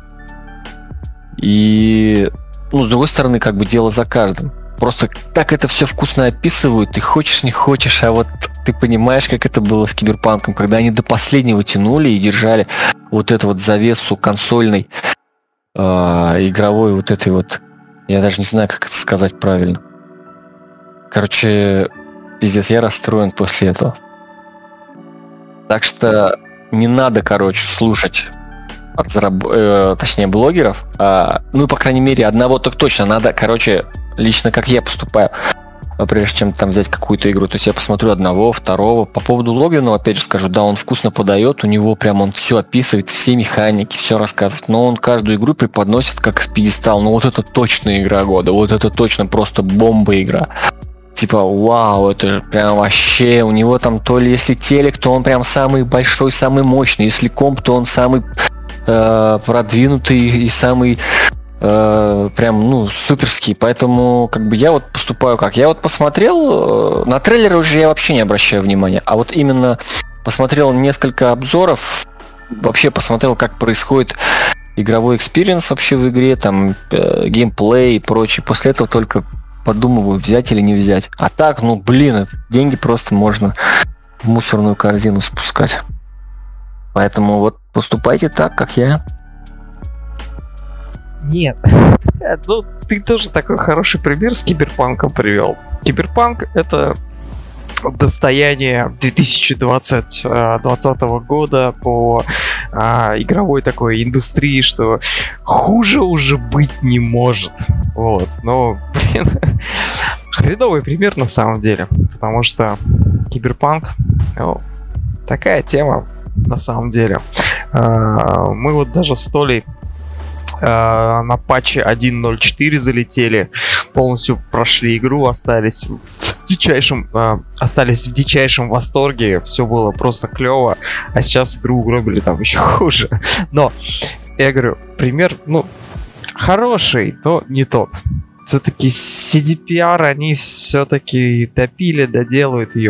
И, с другой стороны, как бы дело за каждым. Просто так это все вкусно описывают, ты хочешь, не хочешь, а вот ты понимаешь, как это было с Киберпанком, когда они до последнего тянули и держали вот эту вот завесу консольной, игровой вот этой вот, я даже не знаю, как это сказать правильно. Короче, пиздец, я расстроен после этого. Так что не надо, слушать точнее блогеров, по крайней мере, одного так точно надо, лично как я поступаю, прежде чем там взять какую-то игру, то есть я посмотрю одного, второго. По поводу Логвинова, опять же скажу, да, он вкусно подает, у него прям он все описывает, все механики, все рассказывает, но он каждую игру преподносит как с пьедестал, вот это точно игра года, вот это точно просто бомба игра. Типа, вау, это же прям вообще, у него там то ли если телек, то он прям самый большой, самый мощный, если комп, то он самый продвинутый и самый прям, суперский. Поэтому, я вот поступаю как? Я вот посмотрел, на трейлеры уже я вообще не обращаю внимания, а вот именно посмотрел несколько обзоров, вообще посмотрел, как происходит игровой экспириенс вообще в игре, там, геймплей и прочее. После этого только подумываю, взять или не взять. А так, деньги просто можно в мусорную корзину спускать. Поэтому вот поступайте так, как я. Нет. Ты тоже такой хороший пример с Киберпанком привел. Киберпанк — это достояние 2020 года по игровой такой индустрии, что хуже уже быть не может. Вот. Но, хреновый пример на самом деле. Потому что Киберпанк такая тема на самом деле. Мы вот даже с Толей на патче 1.0.4 залетели, полностью прошли игру, остались в дичайшем восторге, все было просто клево, а сейчас игру угробили там еще хуже. Но, я говорю, пример, хороший, но не тот. Все-таки CDPR они все-таки допили, доделают ее.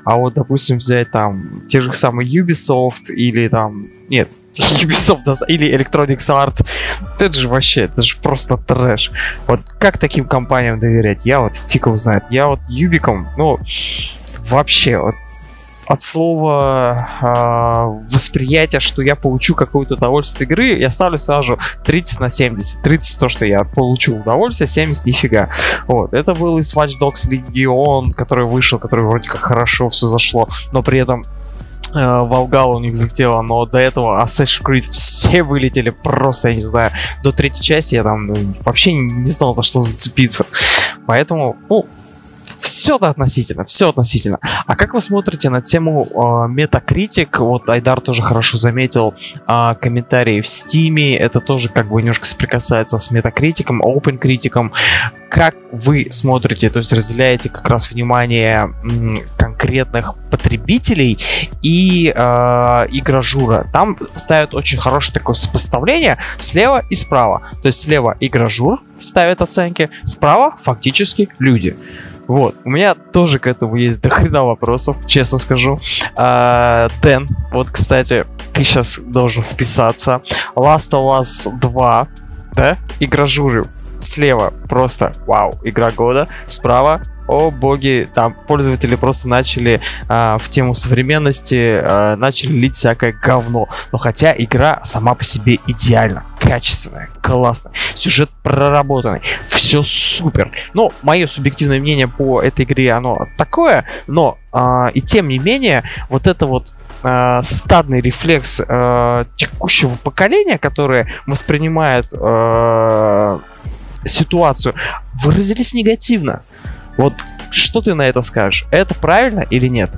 А вот, допустим, взять там те же самые Ubisoft или там... Нет, Ubisoft или Electronic Arts, это же вообще, это же просто трэш. Вот как таким компаниям доверять? Я вот фиг его знает. Я вот Юбиком, ну, вообще, вот от слова восприятия, что я получу какое-то удовольствие игры, я ставлю сразу 30/70. 30 то, что я получу удовольствие, 70 нифига. Вот. Это был и Watch Dogs Legion, который вышел, который вроде как хорошо все зашло, но при этом Valhalla у них взлетела, но до этого Assassin's Creed все вылетели просто, я не знаю, до третьей части я там вообще не знал, за что зацепиться. Поэтому, ну, все относительно, все относительно. А как вы смотрите на тему Metacritic? Вот Айдар тоже хорошо заметил комментарии в Steam. Это тоже как бы немножко соприкасается с Metacritic, OpenCritic. Как вы смотрите, то есть разделяете как раз внимание конкретных потребителей и игражура? Там ставят очень хорошее такое сопоставление слева и справа. То есть слева игражур ставит оценки, справа фактически люди. Вот, у меня тоже к этому есть дохрена вопросов, честно скажу. Дэн, вот, кстати, ты сейчас должен вписаться. Last of Us 2, да? Игражуры. Слева просто вау, игра года. Справа, о боги, там пользователи просто начали в тему современности начали лить всякое говно. Но хотя игра сама по себе идеальна, качественная, классная, сюжет проработанный, все супер. Ну, мое субъективное мнение по этой игре, оно такое, но и тем не менее, вот это вот стадный рефлекс текущего поколения, которое воспринимает ситуацию, выразились негативно. Вот что ты на это скажешь? Это правильно или нет?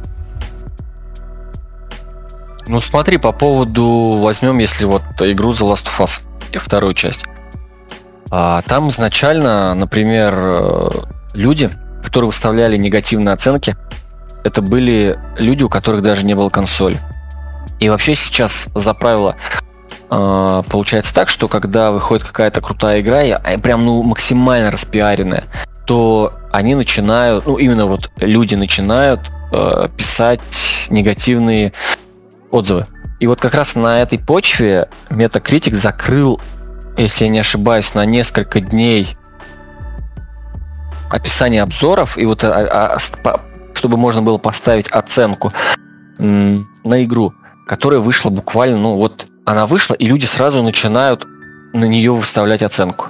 Ну смотри, по поводу, возьмем, если вот игру The Last of Us, вторую часть. Там изначально, например, люди, которые выставляли негативные оценки, это были люди, у которых даже не было консоли. И вообще сейчас за правило получается так, что когда выходит какая-то крутая игра, прям максимально распиаренная, то они начинают, именно вот люди начинают писать негативные отзывы. И вот как раз на этой почве Metacritic закрыл, если я не ошибаюсь, на несколько дней описание обзоров, и вот чтобы можно было поставить оценку на игру, которая вышла буквально, вот она вышла, и люди сразу начинают на нее выставлять оценку.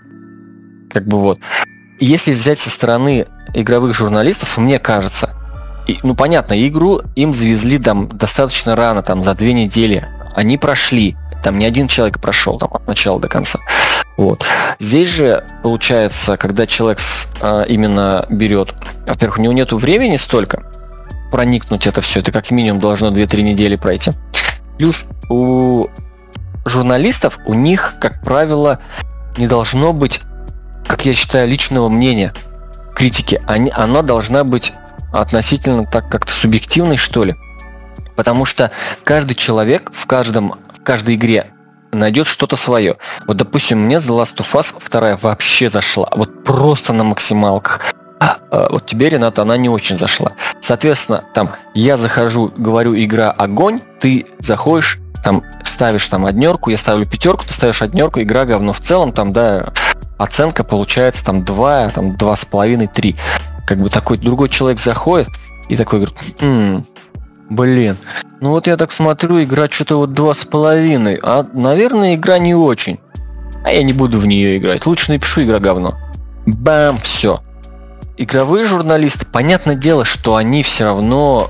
Как бы вот. Если взять со стороны игровых журналистов, мне кажется, понятно, игру им завезли там достаточно рано, там за 2 недели. Они прошли, там не один человек прошел там от начала до конца. Вот. Здесь же, получается, когда человек именно берет, во-первых, у него нету времени столько проникнуть это все, это как минимум должно 2-3 недели пройти. Плюс у журналистов, у них, как правило, не должно быть, как я считаю, личного мнения критики. Она должна быть относительно так как-то субъективной, что ли. Потому что каждый человек в каждой игре найдет что-то свое. Вот, допустим, мне The Last of Us 2 вообще зашла. Вот просто на максималках. Вот тебе, Ренат, она не очень зашла. Соответственно, там я захожу, говорю, игра огонь, ты заходишь, там ставишь там 1, я ставлю 5, ты ставишь 1, игра говно. В целом там, да, оценка получается там 2, там 2,5, 3. Как бы такой другой человек заходит и такой говорит, блин, вот я так смотрю, игра что-то вот 2,5, а, наверное, игра не очень. А я не буду в нее играть, лучше напишу игра говно. Бам, все. Игровые журналисты, понятное дело, что они все равно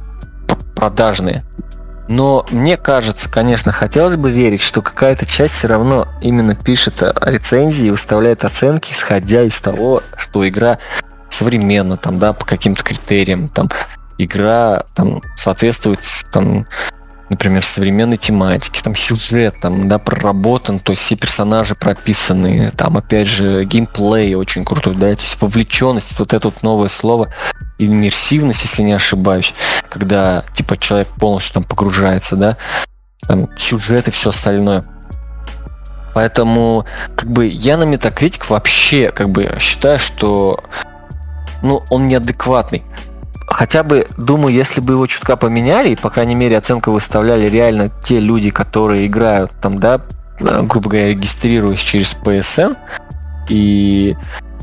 продажные. Но мне кажется, конечно, хотелось бы верить, что какая-то часть все равно именно пишет рецензии, выставляет оценки, исходя из того, что игра современна, там, да, по каким-то критериям, там, игра там соответствует, там, например, современной тематике, там, сюжет, там, да, проработан, то есть все персонажи прописаны, там, опять же, геймплей очень крутой, да, то есть вовлеченность, вот это вот новое слово, иммерсивность, если не ошибаюсь, когда, типа, человек полностью там погружается, да, там, сюжет и все остальное. Поэтому, как бы, я на Metacritic вообще, как бы, считаю, что, он неадекватный. хотя бы, думаю, если бы его чутка поменяли, и, по крайней мере, оценку выставляли реально те люди, которые играют там, да, грубо говоря, регистрируясь через PSN, и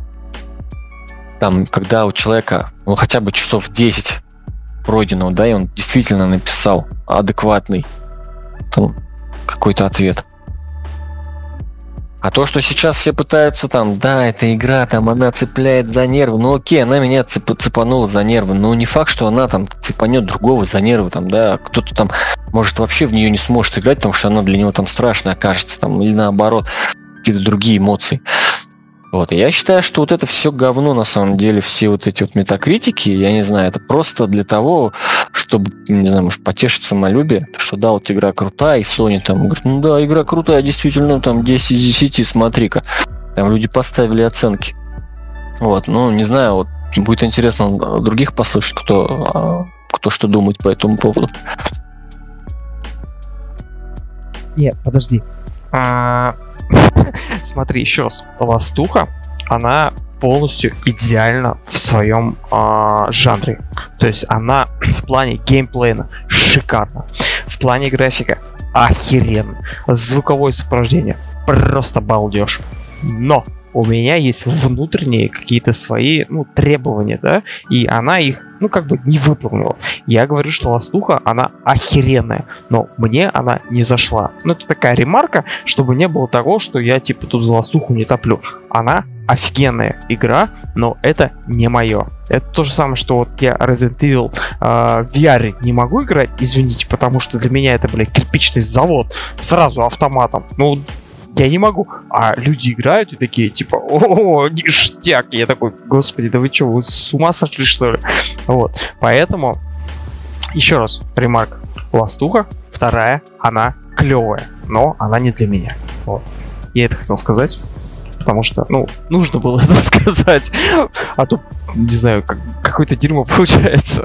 там, когда у человека, ну, хотя бы часов 10 пройденного, да, и он действительно написал адекватный там, какой-то ответ. А то, что сейчас все пытаются там, да, эта игра, там, она цепляет за нервы, ну окей, она меня цепанула за нервы, но не факт, что она там цепанет другого за нервы, там, да, кто-то там, может, вообще в нее не сможет играть, потому что она для него там страшная окажется, там, или наоборот, какие-то другие эмоции. Вот, и я считаю, что вот это все говно, на самом деле, все вот эти вот метакритики, я не знаю, это просто для того, чтобы, не знаю, может, потешить самолюбие, что да, вот игра крутая, и Sony там говорит, ну да, игра крутая, действительно, там 10 из 10, смотри-ка. Там люди поставили оценки. Вот, ну, не знаю, вот будет интересно других послушать, кто что думает по этому поводу. Нет, подожди. Смотри, еще раз. Ластуха, она полностью идеальна в своем жанре. То есть она в плане геймплея шикарна. В плане графика охеренно. Звуковое сопровождение просто балдеж. Но у меня есть внутренние какие-то свои, ну, требования, да, и она их, ну, как бы не выполнила. Я говорю, что Ластуха, она охеренная, но мне она не зашла. Ну, это такая ремарка, чтобы не было того, что я, типа, тут за Ластуху не топлю. Она офигенная игра, но это не мое. Это то же самое, что вот я Resident Evil в VR не могу играть, извините, потому что для меня это, блядь, кирпичный завод, сразу автоматом. Ну, я не могу. А люди играют и такие, типа, о, ништяк. Я такой, господи, да вы что, вы с ума сошли, что ли? Вот. Поэтому, еще раз, ремарк. Ластуха, вторая, она клевая, но она не для меня. Вот. Я это хотел сказать, потому что, ну, нужно было это сказать. А то, не знаю, какое-то дерьмо получается.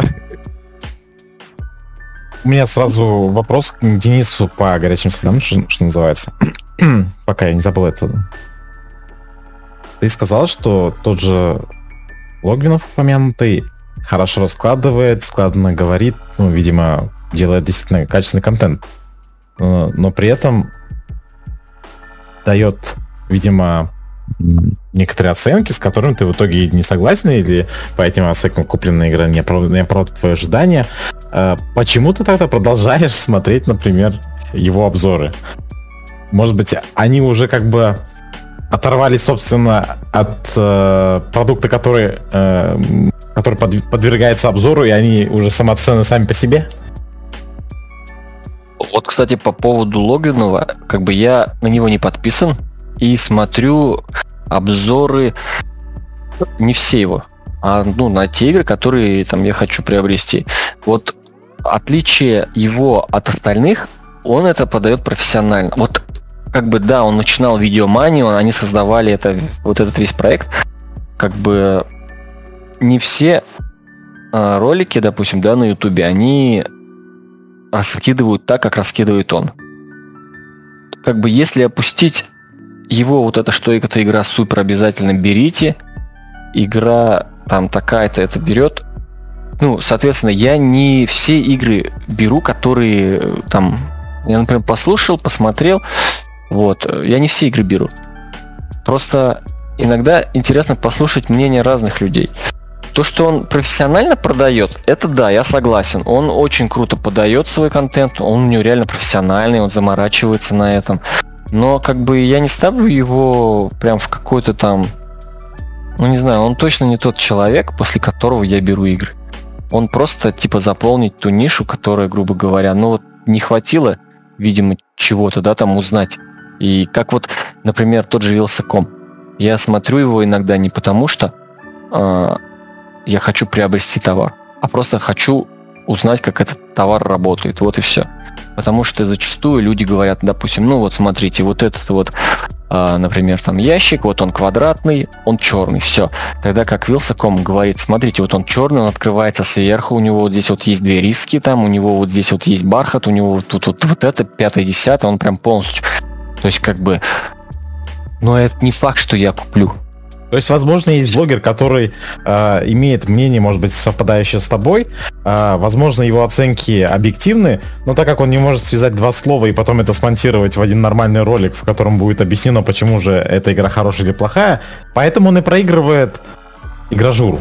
У меня сразу вопрос к Денису по горячим следам, что называется. Пока я не забыл это. Ты сказал, что тот же Логвинов упомянутый хорошо раскладывает, складно говорит, ну, видимо, делает действительно качественный контент. Но при этом дает, видимо, некоторые оценки, с которыми ты в итоге не согласен, или по этим оценкам купленная игра не оправдывает твои ожидания. Почему ты тогда продолжаешь смотреть, например, его обзоры? Может быть, они уже как бы оторвались, собственно, от продукта, который подвергается обзору, и они уже самоценны сами по себе? Вот, кстати, по поводу Логвинова, как бы я на него не подписан и смотрю обзоры, не все его, а ну, на те игры, которые там я хочу приобрести. Вот отличие его от остальных, он это подает профессионально. Вот как бы да, он начинал Видеоманию, они создавали вот этот весь проект. Как бы не все ролики, допустим, да, на Ютубе, они раскидывают так, как раскидывает он. Как бы если опустить его вот это, что эта игра супер, обязательно берите, игра там такая-то это берет. Ну, соответственно, я не все игры беру, которые там, я, например, послушал, посмотрел, вот, я не все игры беру. Просто иногда интересно послушать мнение разных людей. То, что он профессионально продает, это да, я согласен. Он очень круто подает свой контент, он у него реально профессиональный, он заморачивается на этом. Но как бы я не ставлю его прям в какой-то там, ну не знаю, он точно не тот человек, после которого я беру игры. Он просто типа заполнить ту нишу, которая, грубо говоря, ну вот не хватило, видимо, чего-то, да, там узнать. И как вот, например, тот же Вилсаком. Я смотрю его иногда не потому, что я хочу приобрести товар, а просто хочу узнать, как этот товар работает. Вот и все. Потому что зачастую люди говорят, допустим, ну вот смотрите, вот этот вот, например, там ящик, вот он квадратный, он черный, все. Тогда как Вилсаком говорит, смотрите, вот он черный, он открывается сверху, у него вот здесь вот есть две риски, там, у него вот здесь вот есть бархат, у него вот тут вот это, 5-10, он прям полностью. То есть как бы, но это не факт, что я куплю. То есть, возможно, есть блогер, который имеет мнение, может быть, совпадающее с тобой. Возможно, его оценки объективны, но так как он не может связать два слова и потом это смонтировать в один нормальный ролик, в котором будет объяснено, почему же эта игра хорошая или плохая, поэтому он и проигрывает игражуру.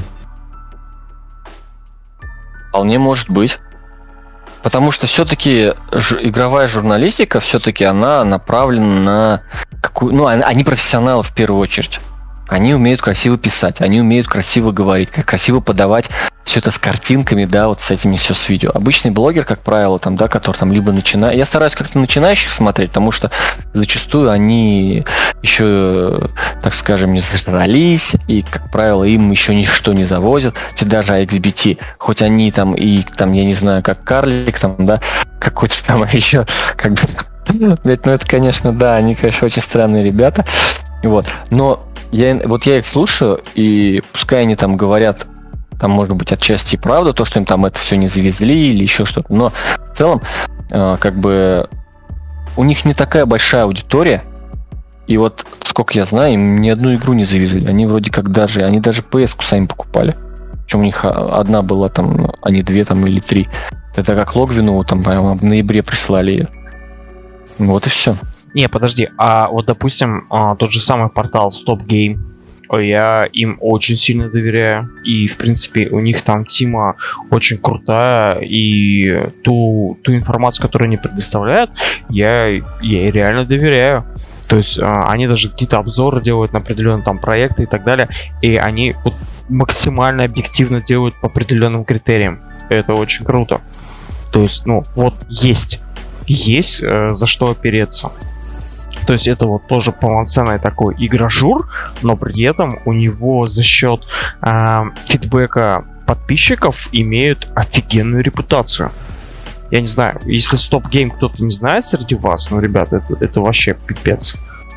Вполне может быть. Потому что все-таки игровая журналистика, все-таки она направлена на какую... Ну, они профессионалы в первую очередь. Они умеют красиво писать, они умеют красиво говорить, красиво подавать все это с картинками, да, вот с этими все с видео. Обычный блогер, как правило, там, да, который там либо начинает... Я стараюсь как-то начинающих смотреть, потому что зачастую они еще, так скажем, не зажрались, и, как правило, им еще ничто не завозят, даже XBT, хоть они там и, там, я не знаю, как Карлик, там, да, какой-то там еще, как бы... Ну, это, конечно, да, они, конечно, очень странные ребята, вот, но я их слушаю, и пускай они там говорят, там, может быть, отчасти и правда, то, что им там это все не завезли или еще что-то, но в целом, как бы, у них не такая большая аудитория, и вот, сколько я знаю, им ни одну игру не завезли, они вроде как они даже PS-ку сами покупали, причем у них одна была там, а не две там или три, это как Логвину там, в ноябре прислали ее, вот и все. Не, подожди, а вот, допустим, тот же самый портал Stop Game, я им очень сильно доверяю, и, в принципе, у них там тима очень крутая, и ту информацию, которую они предоставляют, я ей реально доверяю. То есть они даже какие-то обзоры делают на определенные там проекты и так далее, и они вот максимально объективно делают по определенным критериям. Это очень круто. То есть, ну, вот есть за что опереться. То есть это вот тоже полноценный такой игражур, но при этом у него за счет фидбэка подписчиков имеют офигенную репутацию. Я не знаю, если Stop Game кто-то не знает среди вас, ну, ребят, это вообще пипец.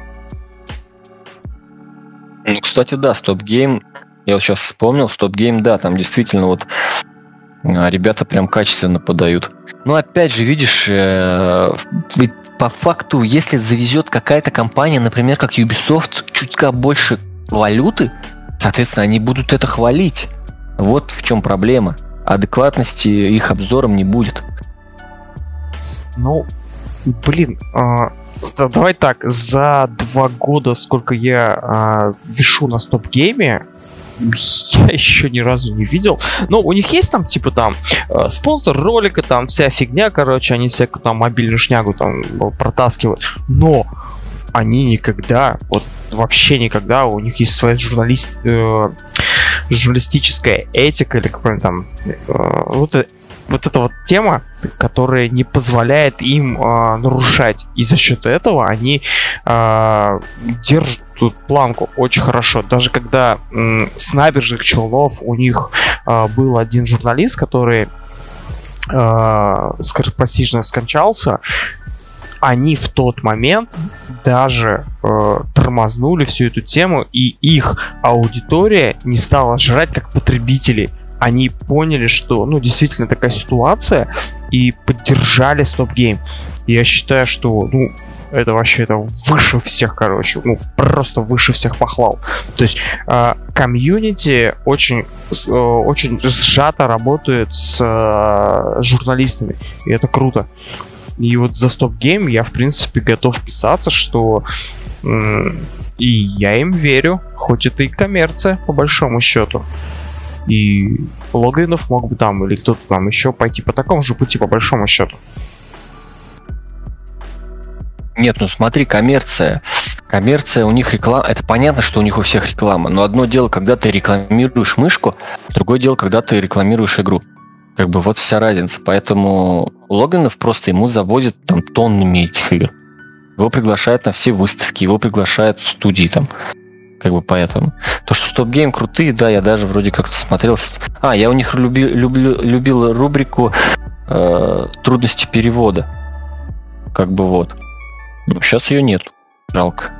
Ну, кстати, да, Stop Game, я вот сейчас вспомнил, Stop Game, да, там действительно вот ребята прям качественно подают. Но опять же, видишь, ведь по факту, если завезет какая-то компания, например, как Ubisoft, чутка больше валюты, соответственно, они будут это хвалить. Вот в чем проблема. Адекватности их обзором не будет. Ну, блин, давай так, за 2 года, сколько я вешу на стоп-гейме, я еще ни разу не видел. Ну, у них есть там, типа, там, спонсор ролика, там, вся фигня, короче, они всякую там мобильную шнягу там протаскивают. Но они никогда, вот вообще никогда, у них есть своя журналистическая этика, или какой-нибудь там, вот эта вот тема, которая не позволяет им нарушать. И за счет этого они держат тут планку очень хорошо. Даже когда с набережных Челнов у них был один журналист, который скоропостижно скончался, они в тот момент даже тормознули всю эту тему, и их аудитория не стала жрать как потребители. Они поняли, что, ну, действительно такая ситуация, и поддержали Stop Game. Я считаю, что, ну, это вообще это выше всех, короче, ну, просто выше всех похвал. То есть комьюнити очень сжато работает с журналистами, и это круто. И вот за Stop Game я, в принципе, готов писаться, что и я им верю, хоть это и коммерция, по большому счету. И Логвинов мог бы там, или кто-то там еще пойти по такому же пути, по большому счету. Нет, ну смотри, коммерция у них реклама, это понятно, что у них у всех реклама, но одно дело, когда ты рекламируешь мышку, другое дело, когда ты рекламируешь игру. Как бы вот вся разница, поэтому Логвинов просто ему завозят там тоннами этих игр. Его приглашают на все выставки, его приглашают в студии там. Как бы поэтому. То, что Stop Game крутые, да, я даже вроде как-то смотрел. Я у них любил рубрику трудности перевода. Как бы вот. Но сейчас ее нет. Жалко.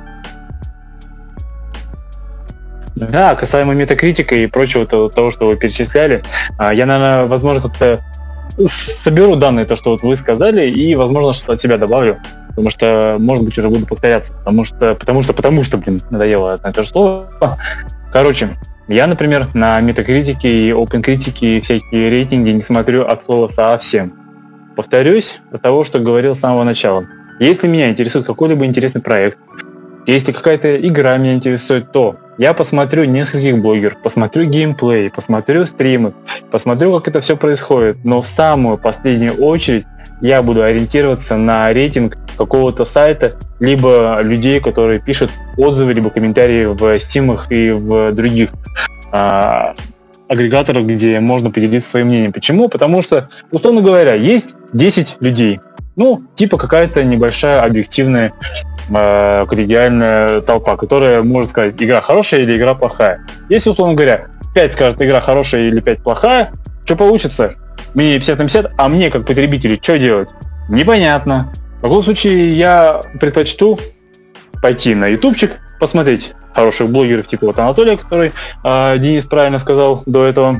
Да, касаемо метакритика и прочего того, что вы перечисляли, я, наверное, возможно, как-то соберу данные, то, что вот вы сказали, и, возможно, что от себя добавлю. Потому что, может быть, уже буду повторяться. Потому что, блин, надоело одно и то же слово. Короче, я, например, на Metacritic и OpenCritic и всякие рейтинги не смотрю от слова совсем. Повторюсь до того, что говорил с самого начала. Если меня интересует какой-либо интересный проект, если какая-то игра меня интересует, то я посмотрю нескольких блогеров, посмотрю геймплей, посмотрю стримы, посмотрю, как это все происходит. Но в самую последнюю очередь я буду ориентироваться на рейтинг какого-то сайта, либо людей, которые пишут отзывы, либо комментарии в Steam и в других агрегаторах, где можно поделиться своим мнением. Почему? Потому что, условно говоря, есть 10 людей. Ну, типа какая-то небольшая объективная коллегиальная толпа, которая может сказать, игра хорошая или игра плохая. Если, условно говоря, 5 скажет, игра хорошая или 5 плохая, что получится? Мне 50 на 50, а мне, как потребителю, что делать? Непонятно. В таком случае я предпочту пойти на ютубчик, посмотреть хороших блогеров, типа вот Анатолия, который Денис правильно сказал до этого.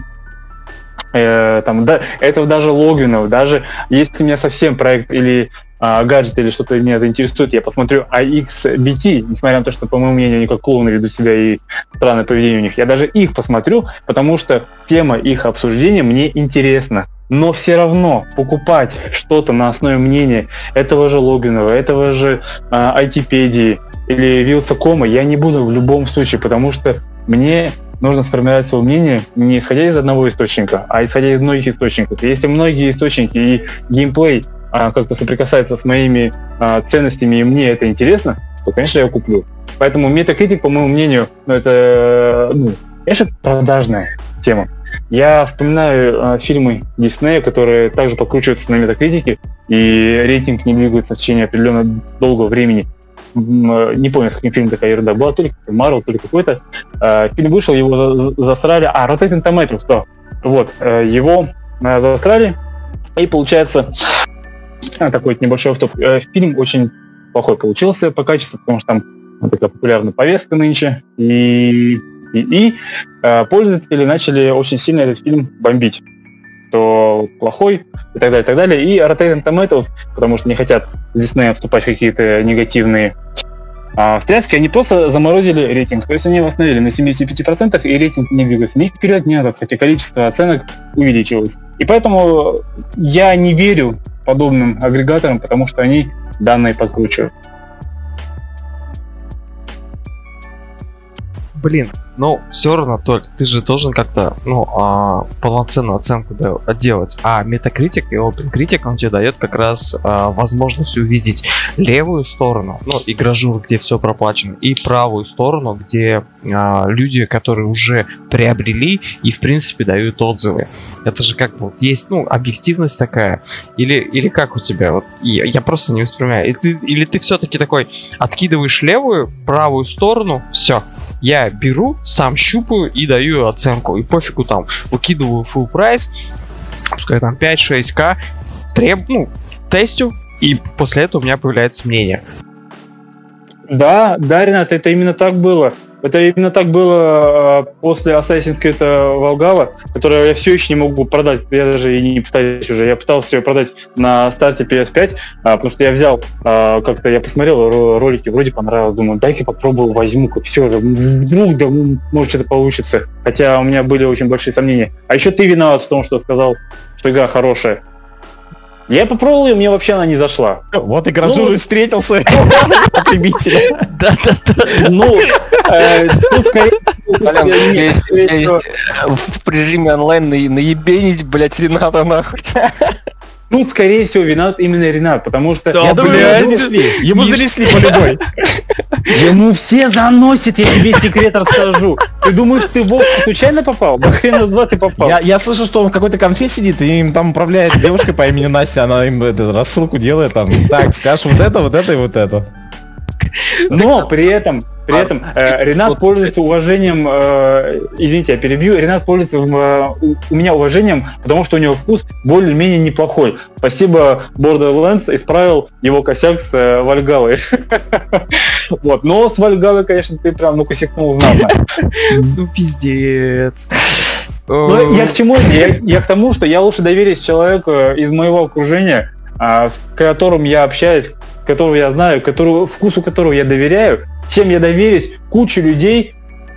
Этого даже Логвинов, даже если меня совсем проект или гаджет или что-то меня заинтересует, я посмотрю AXBT, несмотря на то, что, по моему мнению, они как клоуны ведут себя и странное поведение у них, я даже их посмотрю, потому что тема их обсуждения мне интересна. Но все равно покупать что-то на основе мнения этого же Логвинова, этого же айтипедии или Вилсакома я не буду в любом случае, потому что мне нужно сформировать свое мнение не исходя из одного источника, а исходя из многих источников. И если многие источники и геймплей как-то соприкасаются с моими ценностями, и мне это интересно, то, конечно, я куплю. Поэтому Metacritic, по моему мнению, это продажная тема. Я вспоминаю фильмы Диснея, которые также подкручиваются на Metacritic, и рейтинг не двигается в течение определенно долгого времени. Не помню, с каким фильмом такая ерунда была, то ли Marvel, то ли какой-то. Фильм вышел, его засрали. Rotten Tomatoes, да. Вот, его засрали, и получается такой небольшой автоп. Фильм очень плохой получился по качеству, потому что там такая популярная повестка нынче, и пользователи начали очень сильно этот фильм бомбить, что плохой и так далее, и так далее. И Rotten Tomatoes, потому что не хотят с Disney вступать в какие-то негативные встряски, они просто заморозили рейтинг. То есть они его остановили на 75%, и рейтинг не двигается ни вперед, ни назад, хотя количество оценок увеличилось. И поэтому я не верю подобным агрегаторам, потому что они данные подкручивают. Блин, но все равно, Толь, ты же должен как-то, полноценную оценку делать. А Metacritic и OpenCritic, он тебе дает как раз возможность увидеть левую сторону, игражур, где все проплачено, и правую сторону, где люди, которые уже приобрели и, в принципе, дают отзывы. Это же как бы есть, объективность такая. Или как у тебя? Вот, я просто не воспринимаю. Или ты все-таки такой откидываешь левую, правую сторону, все. Я беру, сам щупаю и даю оценку. И пофигу там, выкидываю full прайс, пускай там 5-6к, тестю, и после этого у меня появляется мнение. Да, Ренат, это именно так было. Это именно так было после Assassin's Creed Valhalla, которую я все еще не могу продать. Я даже и не пытаюсь уже. Я пытался ее продать на старте PS5, потому что я взял, как-то я посмотрел ролики, вроде понравилось. Думаю, дай-ка попробую, возьму, все, вдруг, да, может, что-то получится. Хотя у меня были очень большие сомнения. А еще ты виноват в том, что сказал, что игра хорошая. Я попробовал, и мне вообще она не зашла. Вот и гражур встретил своего потребителя. Тут скорее... В режиме онлайн наебенить, блять, Рената нахуй. Тут, скорее всего, виноват именно Ренат, потому что... Я думаю, ему занесли по любой. Ему все заносят, я тебе секрет расскажу. Ты думаешь, ты в случайно попал? Да хрена с два ты попал. Я слышал, что он в какой-то конфе сидит, и им там управляет девушка по имени Настя, она им рассылку делает, там, так, скажешь вот это и вот это. Но при этом Ренат пользуется уважением, извините, я перебью, Ренат пользуется у меня уважением, потому что у него вкус более-менее неплохой. Спасибо, Borderlands исправил его косяк с Вальгаллой. Вот, но с Вальгаллой, конечно, ты прям косякнул знатно. Пиздец. Но я к чему? Я к тому, что я лучше доверюсь человеку из моего окружения, с которым я общаюсь, которого я знаю, вкусу которого я доверяю, чем я доверюсь куче людей,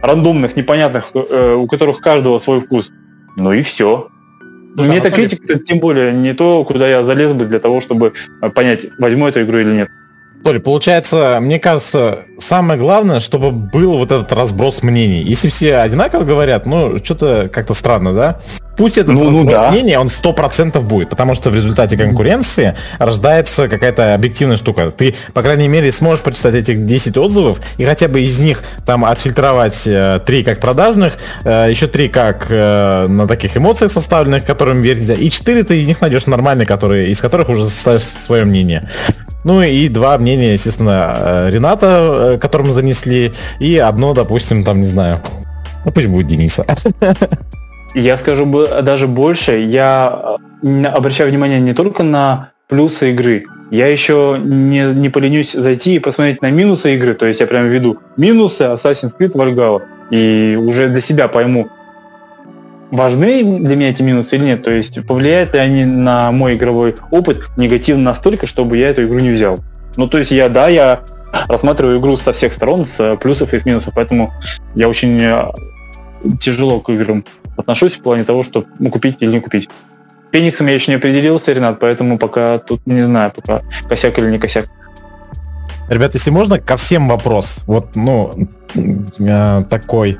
рандомных, непонятных, у которых каждого свой вкус. Ну и все. Мне эта критика, тем более, не то, куда я залез бы для того, чтобы понять, возьму эту игру или нет. Толя, получается, мне кажется, самое главное, чтобы был вот этот разброс мнений. Если все одинаково говорят, ну, что-то как-то странно, да? Пусть этот разброс мнений, он 100% будет, потому что в результате конкуренции рождается какая-то объективная штука. Ты, по крайней мере, сможешь прочитать этих 10 отзывов и хотя бы из них там отфильтровать 3 как продажных, еще 3 как на таких эмоциях составленных, которым верить нельзя, и 4 ты из них найдешь нормальные, из которых уже составишь свое мнение. Ну и 2 мнения, естественно, Рената, которому занесли, и одно, допустим, там, не знаю, ну пусть будет Дениса. Я скажу даже больше, я обращаю внимание не только на плюсы игры, я еще не поленюсь зайти и посмотреть на минусы игры, то есть я прям введу минусы Assassin's Creed Valhalla, и уже для себя пойму, важны для меня эти минусы или нет, то есть повлияют ли они на мой игровой опыт негативно настолько, чтобы я эту игру не взял. Ну, то есть я рассматриваю игру со всех сторон, с плюсов и с минусов, поэтому я очень тяжело к играм отношусь в плане того, что купить или не купить. Фениксом я еще не определился, Ренат, поэтому пока тут не знаю, пока косяк или не косяк. Ребята, если можно, ко всем вопрос. Вот, такой...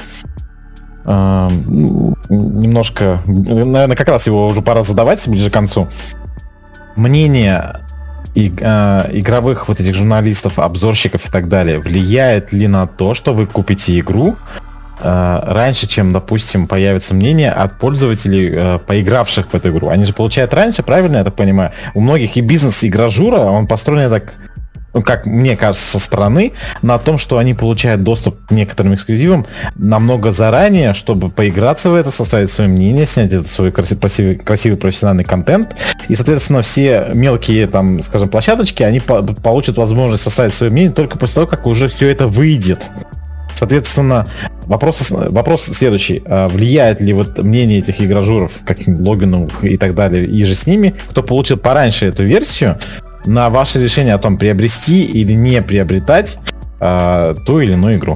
немножко, наверное, как раз его уже пора задавать ближе к концу. Мнение игровых вот этих журналистов, обзорщиков и так далее влияет ли на то, что вы купите игру раньше, чем, допустим, появится мнение от пользователей, поигравших в эту игру? Они же получают раньше, правильно я так понимаю? У многих и бизнес, и игражура, он построен так, как мне кажется, со стороны, на том, что они получают доступ к некоторым эксклюзивам намного заранее, чтобы поиграться в это, составить свое мнение, снять этот свой красивый профессиональный контент. И, соответственно, все мелкие, там, скажем, площадочки, они получат возможность составить свое мнение только после того, как уже все это выйдет. Соответственно, вопрос следующий. Влияет ли вот мнение этих игражуров, как Логинов и так далее, и же с ними, кто получил пораньше эту версию, на ваше решение о том, приобрести или не приобретать ту или иную игру?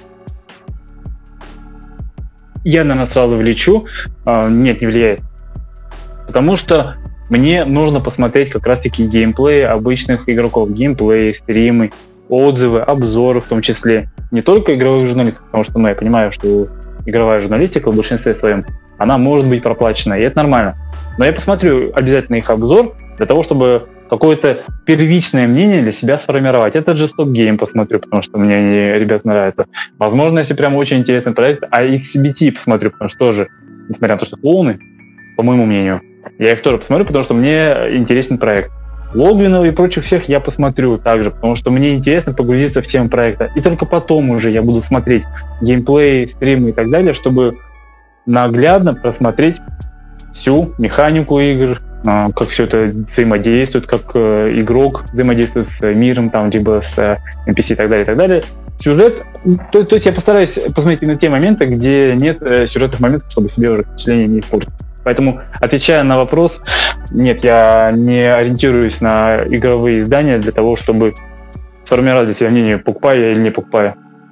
Я, наверное, сразу влечу. Нет, не влияет. Потому что мне нужно посмотреть как раз-таки геймплей обычных игроков. Геймплей, стримы, отзывы, обзоры в том числе. Не только игровых журналистов, потому что я понимаю, что игровая журналистика в большинстве своем, она может быть проплачена, и это нормально. Но я посмотрю обязательно их обзор для того, чтобы какое-то первичное мнение для себя сформировать. Этот же стоп-гейм посмотрю, потому что мне они, ребята, нравятся. Возможно, если прям очень интересный проект, XBT посмотрю, потому что тоже, несмотря на то, что клоуны, по моему мнению, я их тоже посмотрю, потому что мне интересен проект. Логвинова и прочих всех я посмотрю также, потому что мне интересно погрузиться в тему проекта. И только потом уже я буду смотреть геймплей, стримы и так далее, чтобы наглядно просмотреть всю механику игр, как все это взаимодействует, как игрок взаимодействует с миром, там, либо с NPC и так далее, и так далее. Сюжет, то есть я постараюсь посмотреть на те моменты, где нет сюжетных моментов, чтобы себе уже впечатление не испортить. Поэтому, отвечая на вопрос, нет, я не ориентируюсь на игровые издания для того, чтобы сформировать для себя мнение, покупаю я или не покупаю.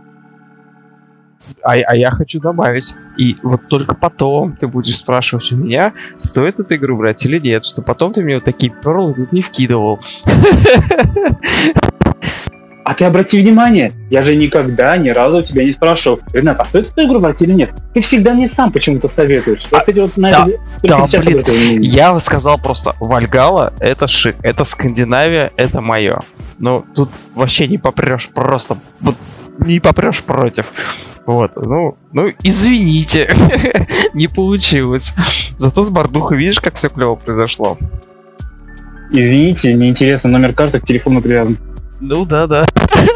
А я хочу добавить, и вот только потом ты будешь спрашивать у меня, стоит эту игру брать или нет, что потом ты мне вот такие перлы тут не вкидывал. А ты обрати внимание, я же никогда ни разу у тебя не спрашивал, Ренат, а стоит эту игру брать или нет? Ты всегда мне сам почему-то советуешь. Я, кстати, вот на это я сказал просто, Valhalla — это шик, это Скандинавия, это мое. Ну, тут вообще не попрешь, просто вот не попрешь против. Вот, ну, извините, не получилось. Зато с Бардухой видишь, как все клево произошло. Извините, неинтересно, номер карты к телефону привязан. Ну да.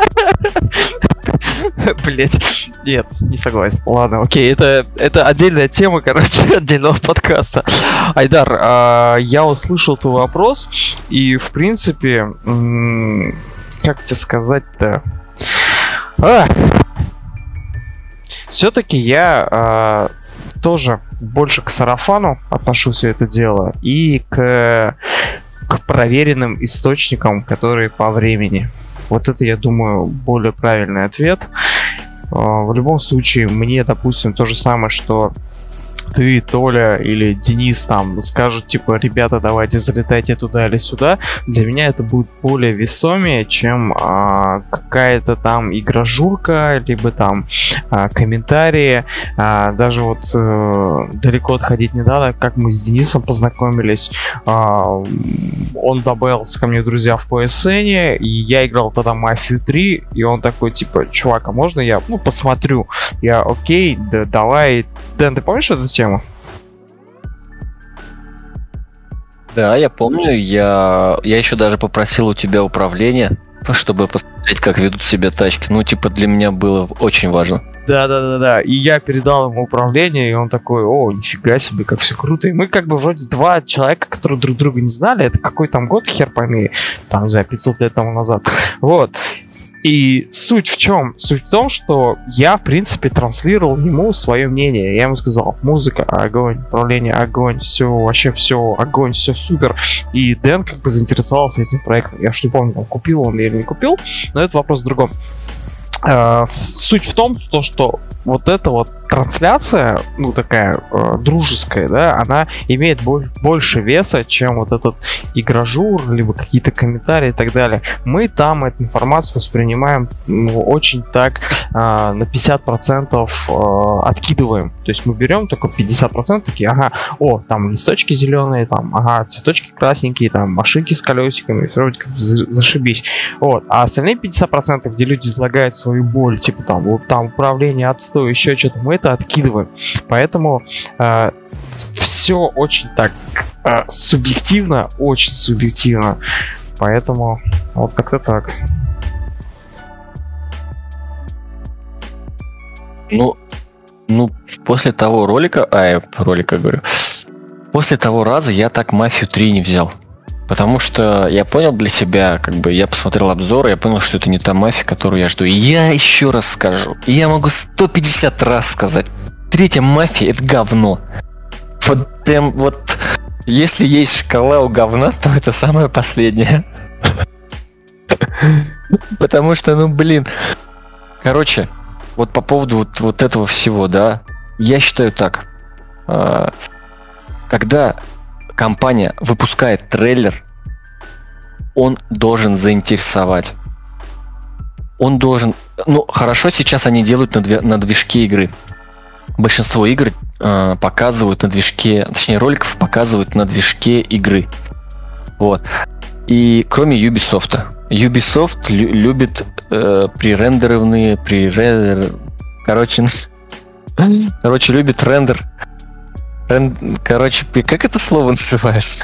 Блять, нет, не согласен. Ладно, окей, это отдельная тема, короче, отдельного подкаста. Айдар, я услышал твой вопрос, и, в принципе, как тебе сказать-то? Все-таки я тоже больше к сарафану отношу все это дело и к проверенным источникам, которые по времени. Вот это, я думаю, более правильный ответ. в любом случае мне, допустим, то же самое, что ты, Толя или Денис там скажут, типа, ребята, давайте залетайте туда или сюда, для меня это будет более весомее, чем какая-то там игражурка, либо там комментарии. Даже вот далеко отходить не надо, как мы с Денисом познакомились. Он добавился ко мне, друзья, в PSN, и я играл тогда Мафию 3, и он такой, типа, чувак, а можно я, посмотрю? Я, окей, да, давай. Дэн, ты помнишь эту тему? Да, я помню, я еще даже попросил у тебя управление, чтобы посмотреть, как ведут себя тачки. Для меня было очень важно. Да. И я передал ему управление, и он такой, о, нифига себе, как все круто. И мы как бы вроде два человека, которые друг друга не знали. Это какой там год, хер пойми, там, не знаю, 500 лет тому назад. Вот. И суть в чем? Суть в том, что я, в принципе, транслировал ему свое мнение. Я ему сказал, музыка, огонь, управление, огонь, все, вообще все, огонь, все супер. И Дэн как бы заинтересовался этим проектом. Я уж не помню, купил он или не купил, но это вопрос в другом. Суть в том, что вот эта вот трансляция, такая дружеская, да, она имеет больше веса, чем вот этот игражур, либо какие-то комментарии и так далее. Мы там эту информацию воспринимаем очень так на 50% откидываем. То есть мы берем только 50%, такие, ага, там листочки зеленые, там, ага, цветочки красненькие, там, машинки с колесиками, все вроде как зашибись. Вот. А остальные 50%, где люди излагают свою боль, типа там, вот там управление отстой, еще что-то, мы это откидываем. Поэтому все очень так субъективно, очень субъективно. Поэтому вот как-то так. После того после того раза я так Мафию 3 не взял. Потому что я понял для себя, я посмотрел обзоры, я понял, что это не та мафия, которую я жду. И я еще раз скажу, и я могу 150 раз сказать, третья мафия — это говно. Вот прям если есть шкала у говна, то это самая последняя. Потому что, Короче, вот по поводу вот этого всего, да, я считаю так. Когда компания выпускает трейлер, он должен заинтересовать. Он должен... хорошо, сейчас они делают на движке игры. Большинство игр показывают на движке... Точнее, роликов показывают на движке игры. Вот. И кроме Ubisoft. Ubisoft любит пререндерованные... Короче, любит рендер. Как это слово называется?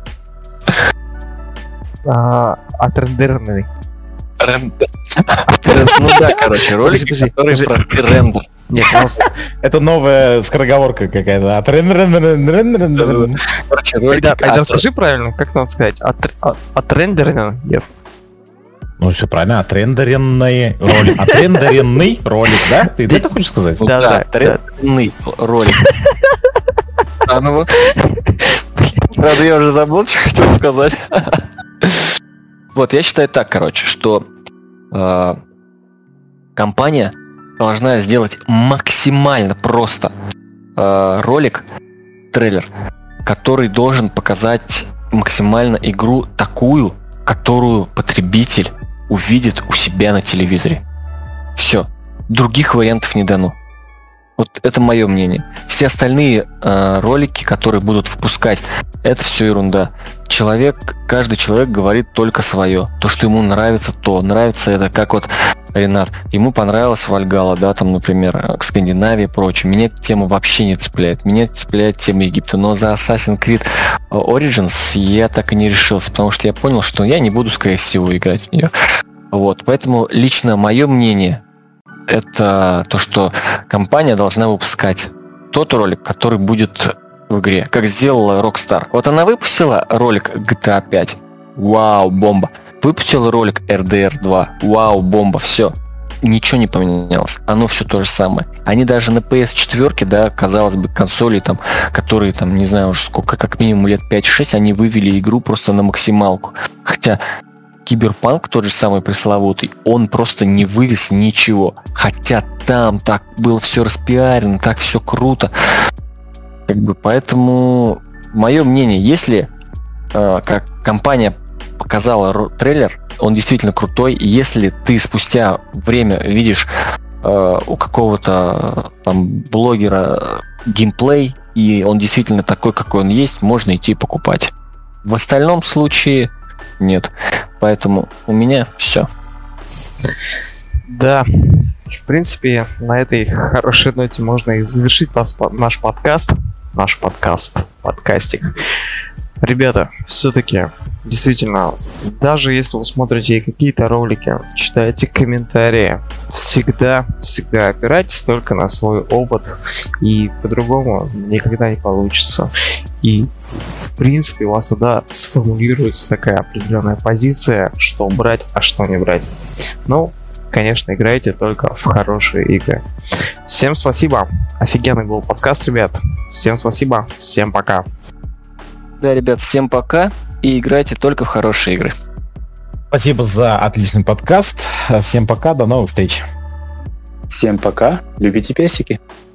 Отрендеренный. Ролики, которые про рендер. Нет, это новая скороговорка какая-то. Айдар, скажи правильно, как надо сказать? Отрендеренный? Нет. Все правильно, отрендеренный ролик. Отрендеренный ролик, да? Ты это хочешь сказать? Да, отрендеренный ролик. Правда, я уже забыл, что хотел сказать. Вот, я считаю так, что компания должна сделать максимально просто ролик, трейлер, который должен показать максимально игру такую, которую потребитель увидит у себя на телевизоре. Все. Других вариантов не дано. Вот это мое мнение. Все остальные ролики, которые будут выпускать, это все ерунда. Каждый человек говорит только свое. То, что ему нравится, нравится это, как Ренат. Ему понравилась Вальгалла, да, там, например, Скандинавия и прочее. Меня эта тема вообще не цепляет. Меня цепляет тема Египта. Но за Assassin's Creed Origins я так и не решился, потому что я понял, что я не буду, скорее всего, играть в нее. Вот, поэтому лично мое мнение — это то, что компания должна выпускать тот ролик, который будет в игре, как сделала Rockstar. Вот она выпустила ролик GTA 5. Вау, бомба. Выпустила ролик RDR 2. Вау, бомба. Все. Ничего не поменялось. Оно все то же самое. Они даже на PS4, да, казалось бы, консоли, там, которые, там, не знаю уж сколько, как минимум лет 5-6, они вывели игру просто на максималку. Хотя Киберпанк, тот же самый пресловутый, он просто не вывез ничего. Хотя там так было все распиарено, так все круто. Как бы поэтому, мое мнение, если как компания показала трейлер, он действительно крутой. Если ты спустя время видишь у какого-то там блогера геймплей, и он действительно такой, какой он есть, можно идти покупать. В остальном случае нет. Поэтому у меня все. Да, в принципе, на этой хорошей ноте можно и завершить наш подкастик. Ребята, все-таки, действительно, даже если вы смотрите какие-то ролики, читаете комментарии, всегда опирайтесь только на свой опыт, и по-другому никогда не получится. И, в принципе, у вас тогда сформулируется такая определенная позиция, что брать, а что не брать. Ну, конечно, играйте только в хорошие игры. Всем спасибо. Офигенный был подкаст, ребят. Всем спасибо. Всем пока. Да, ребят, всем пока и играйте только в хорошие игры. Спасибо за отличный подкаст. Всем пока, до новых встреч. Всем пока, любите персики.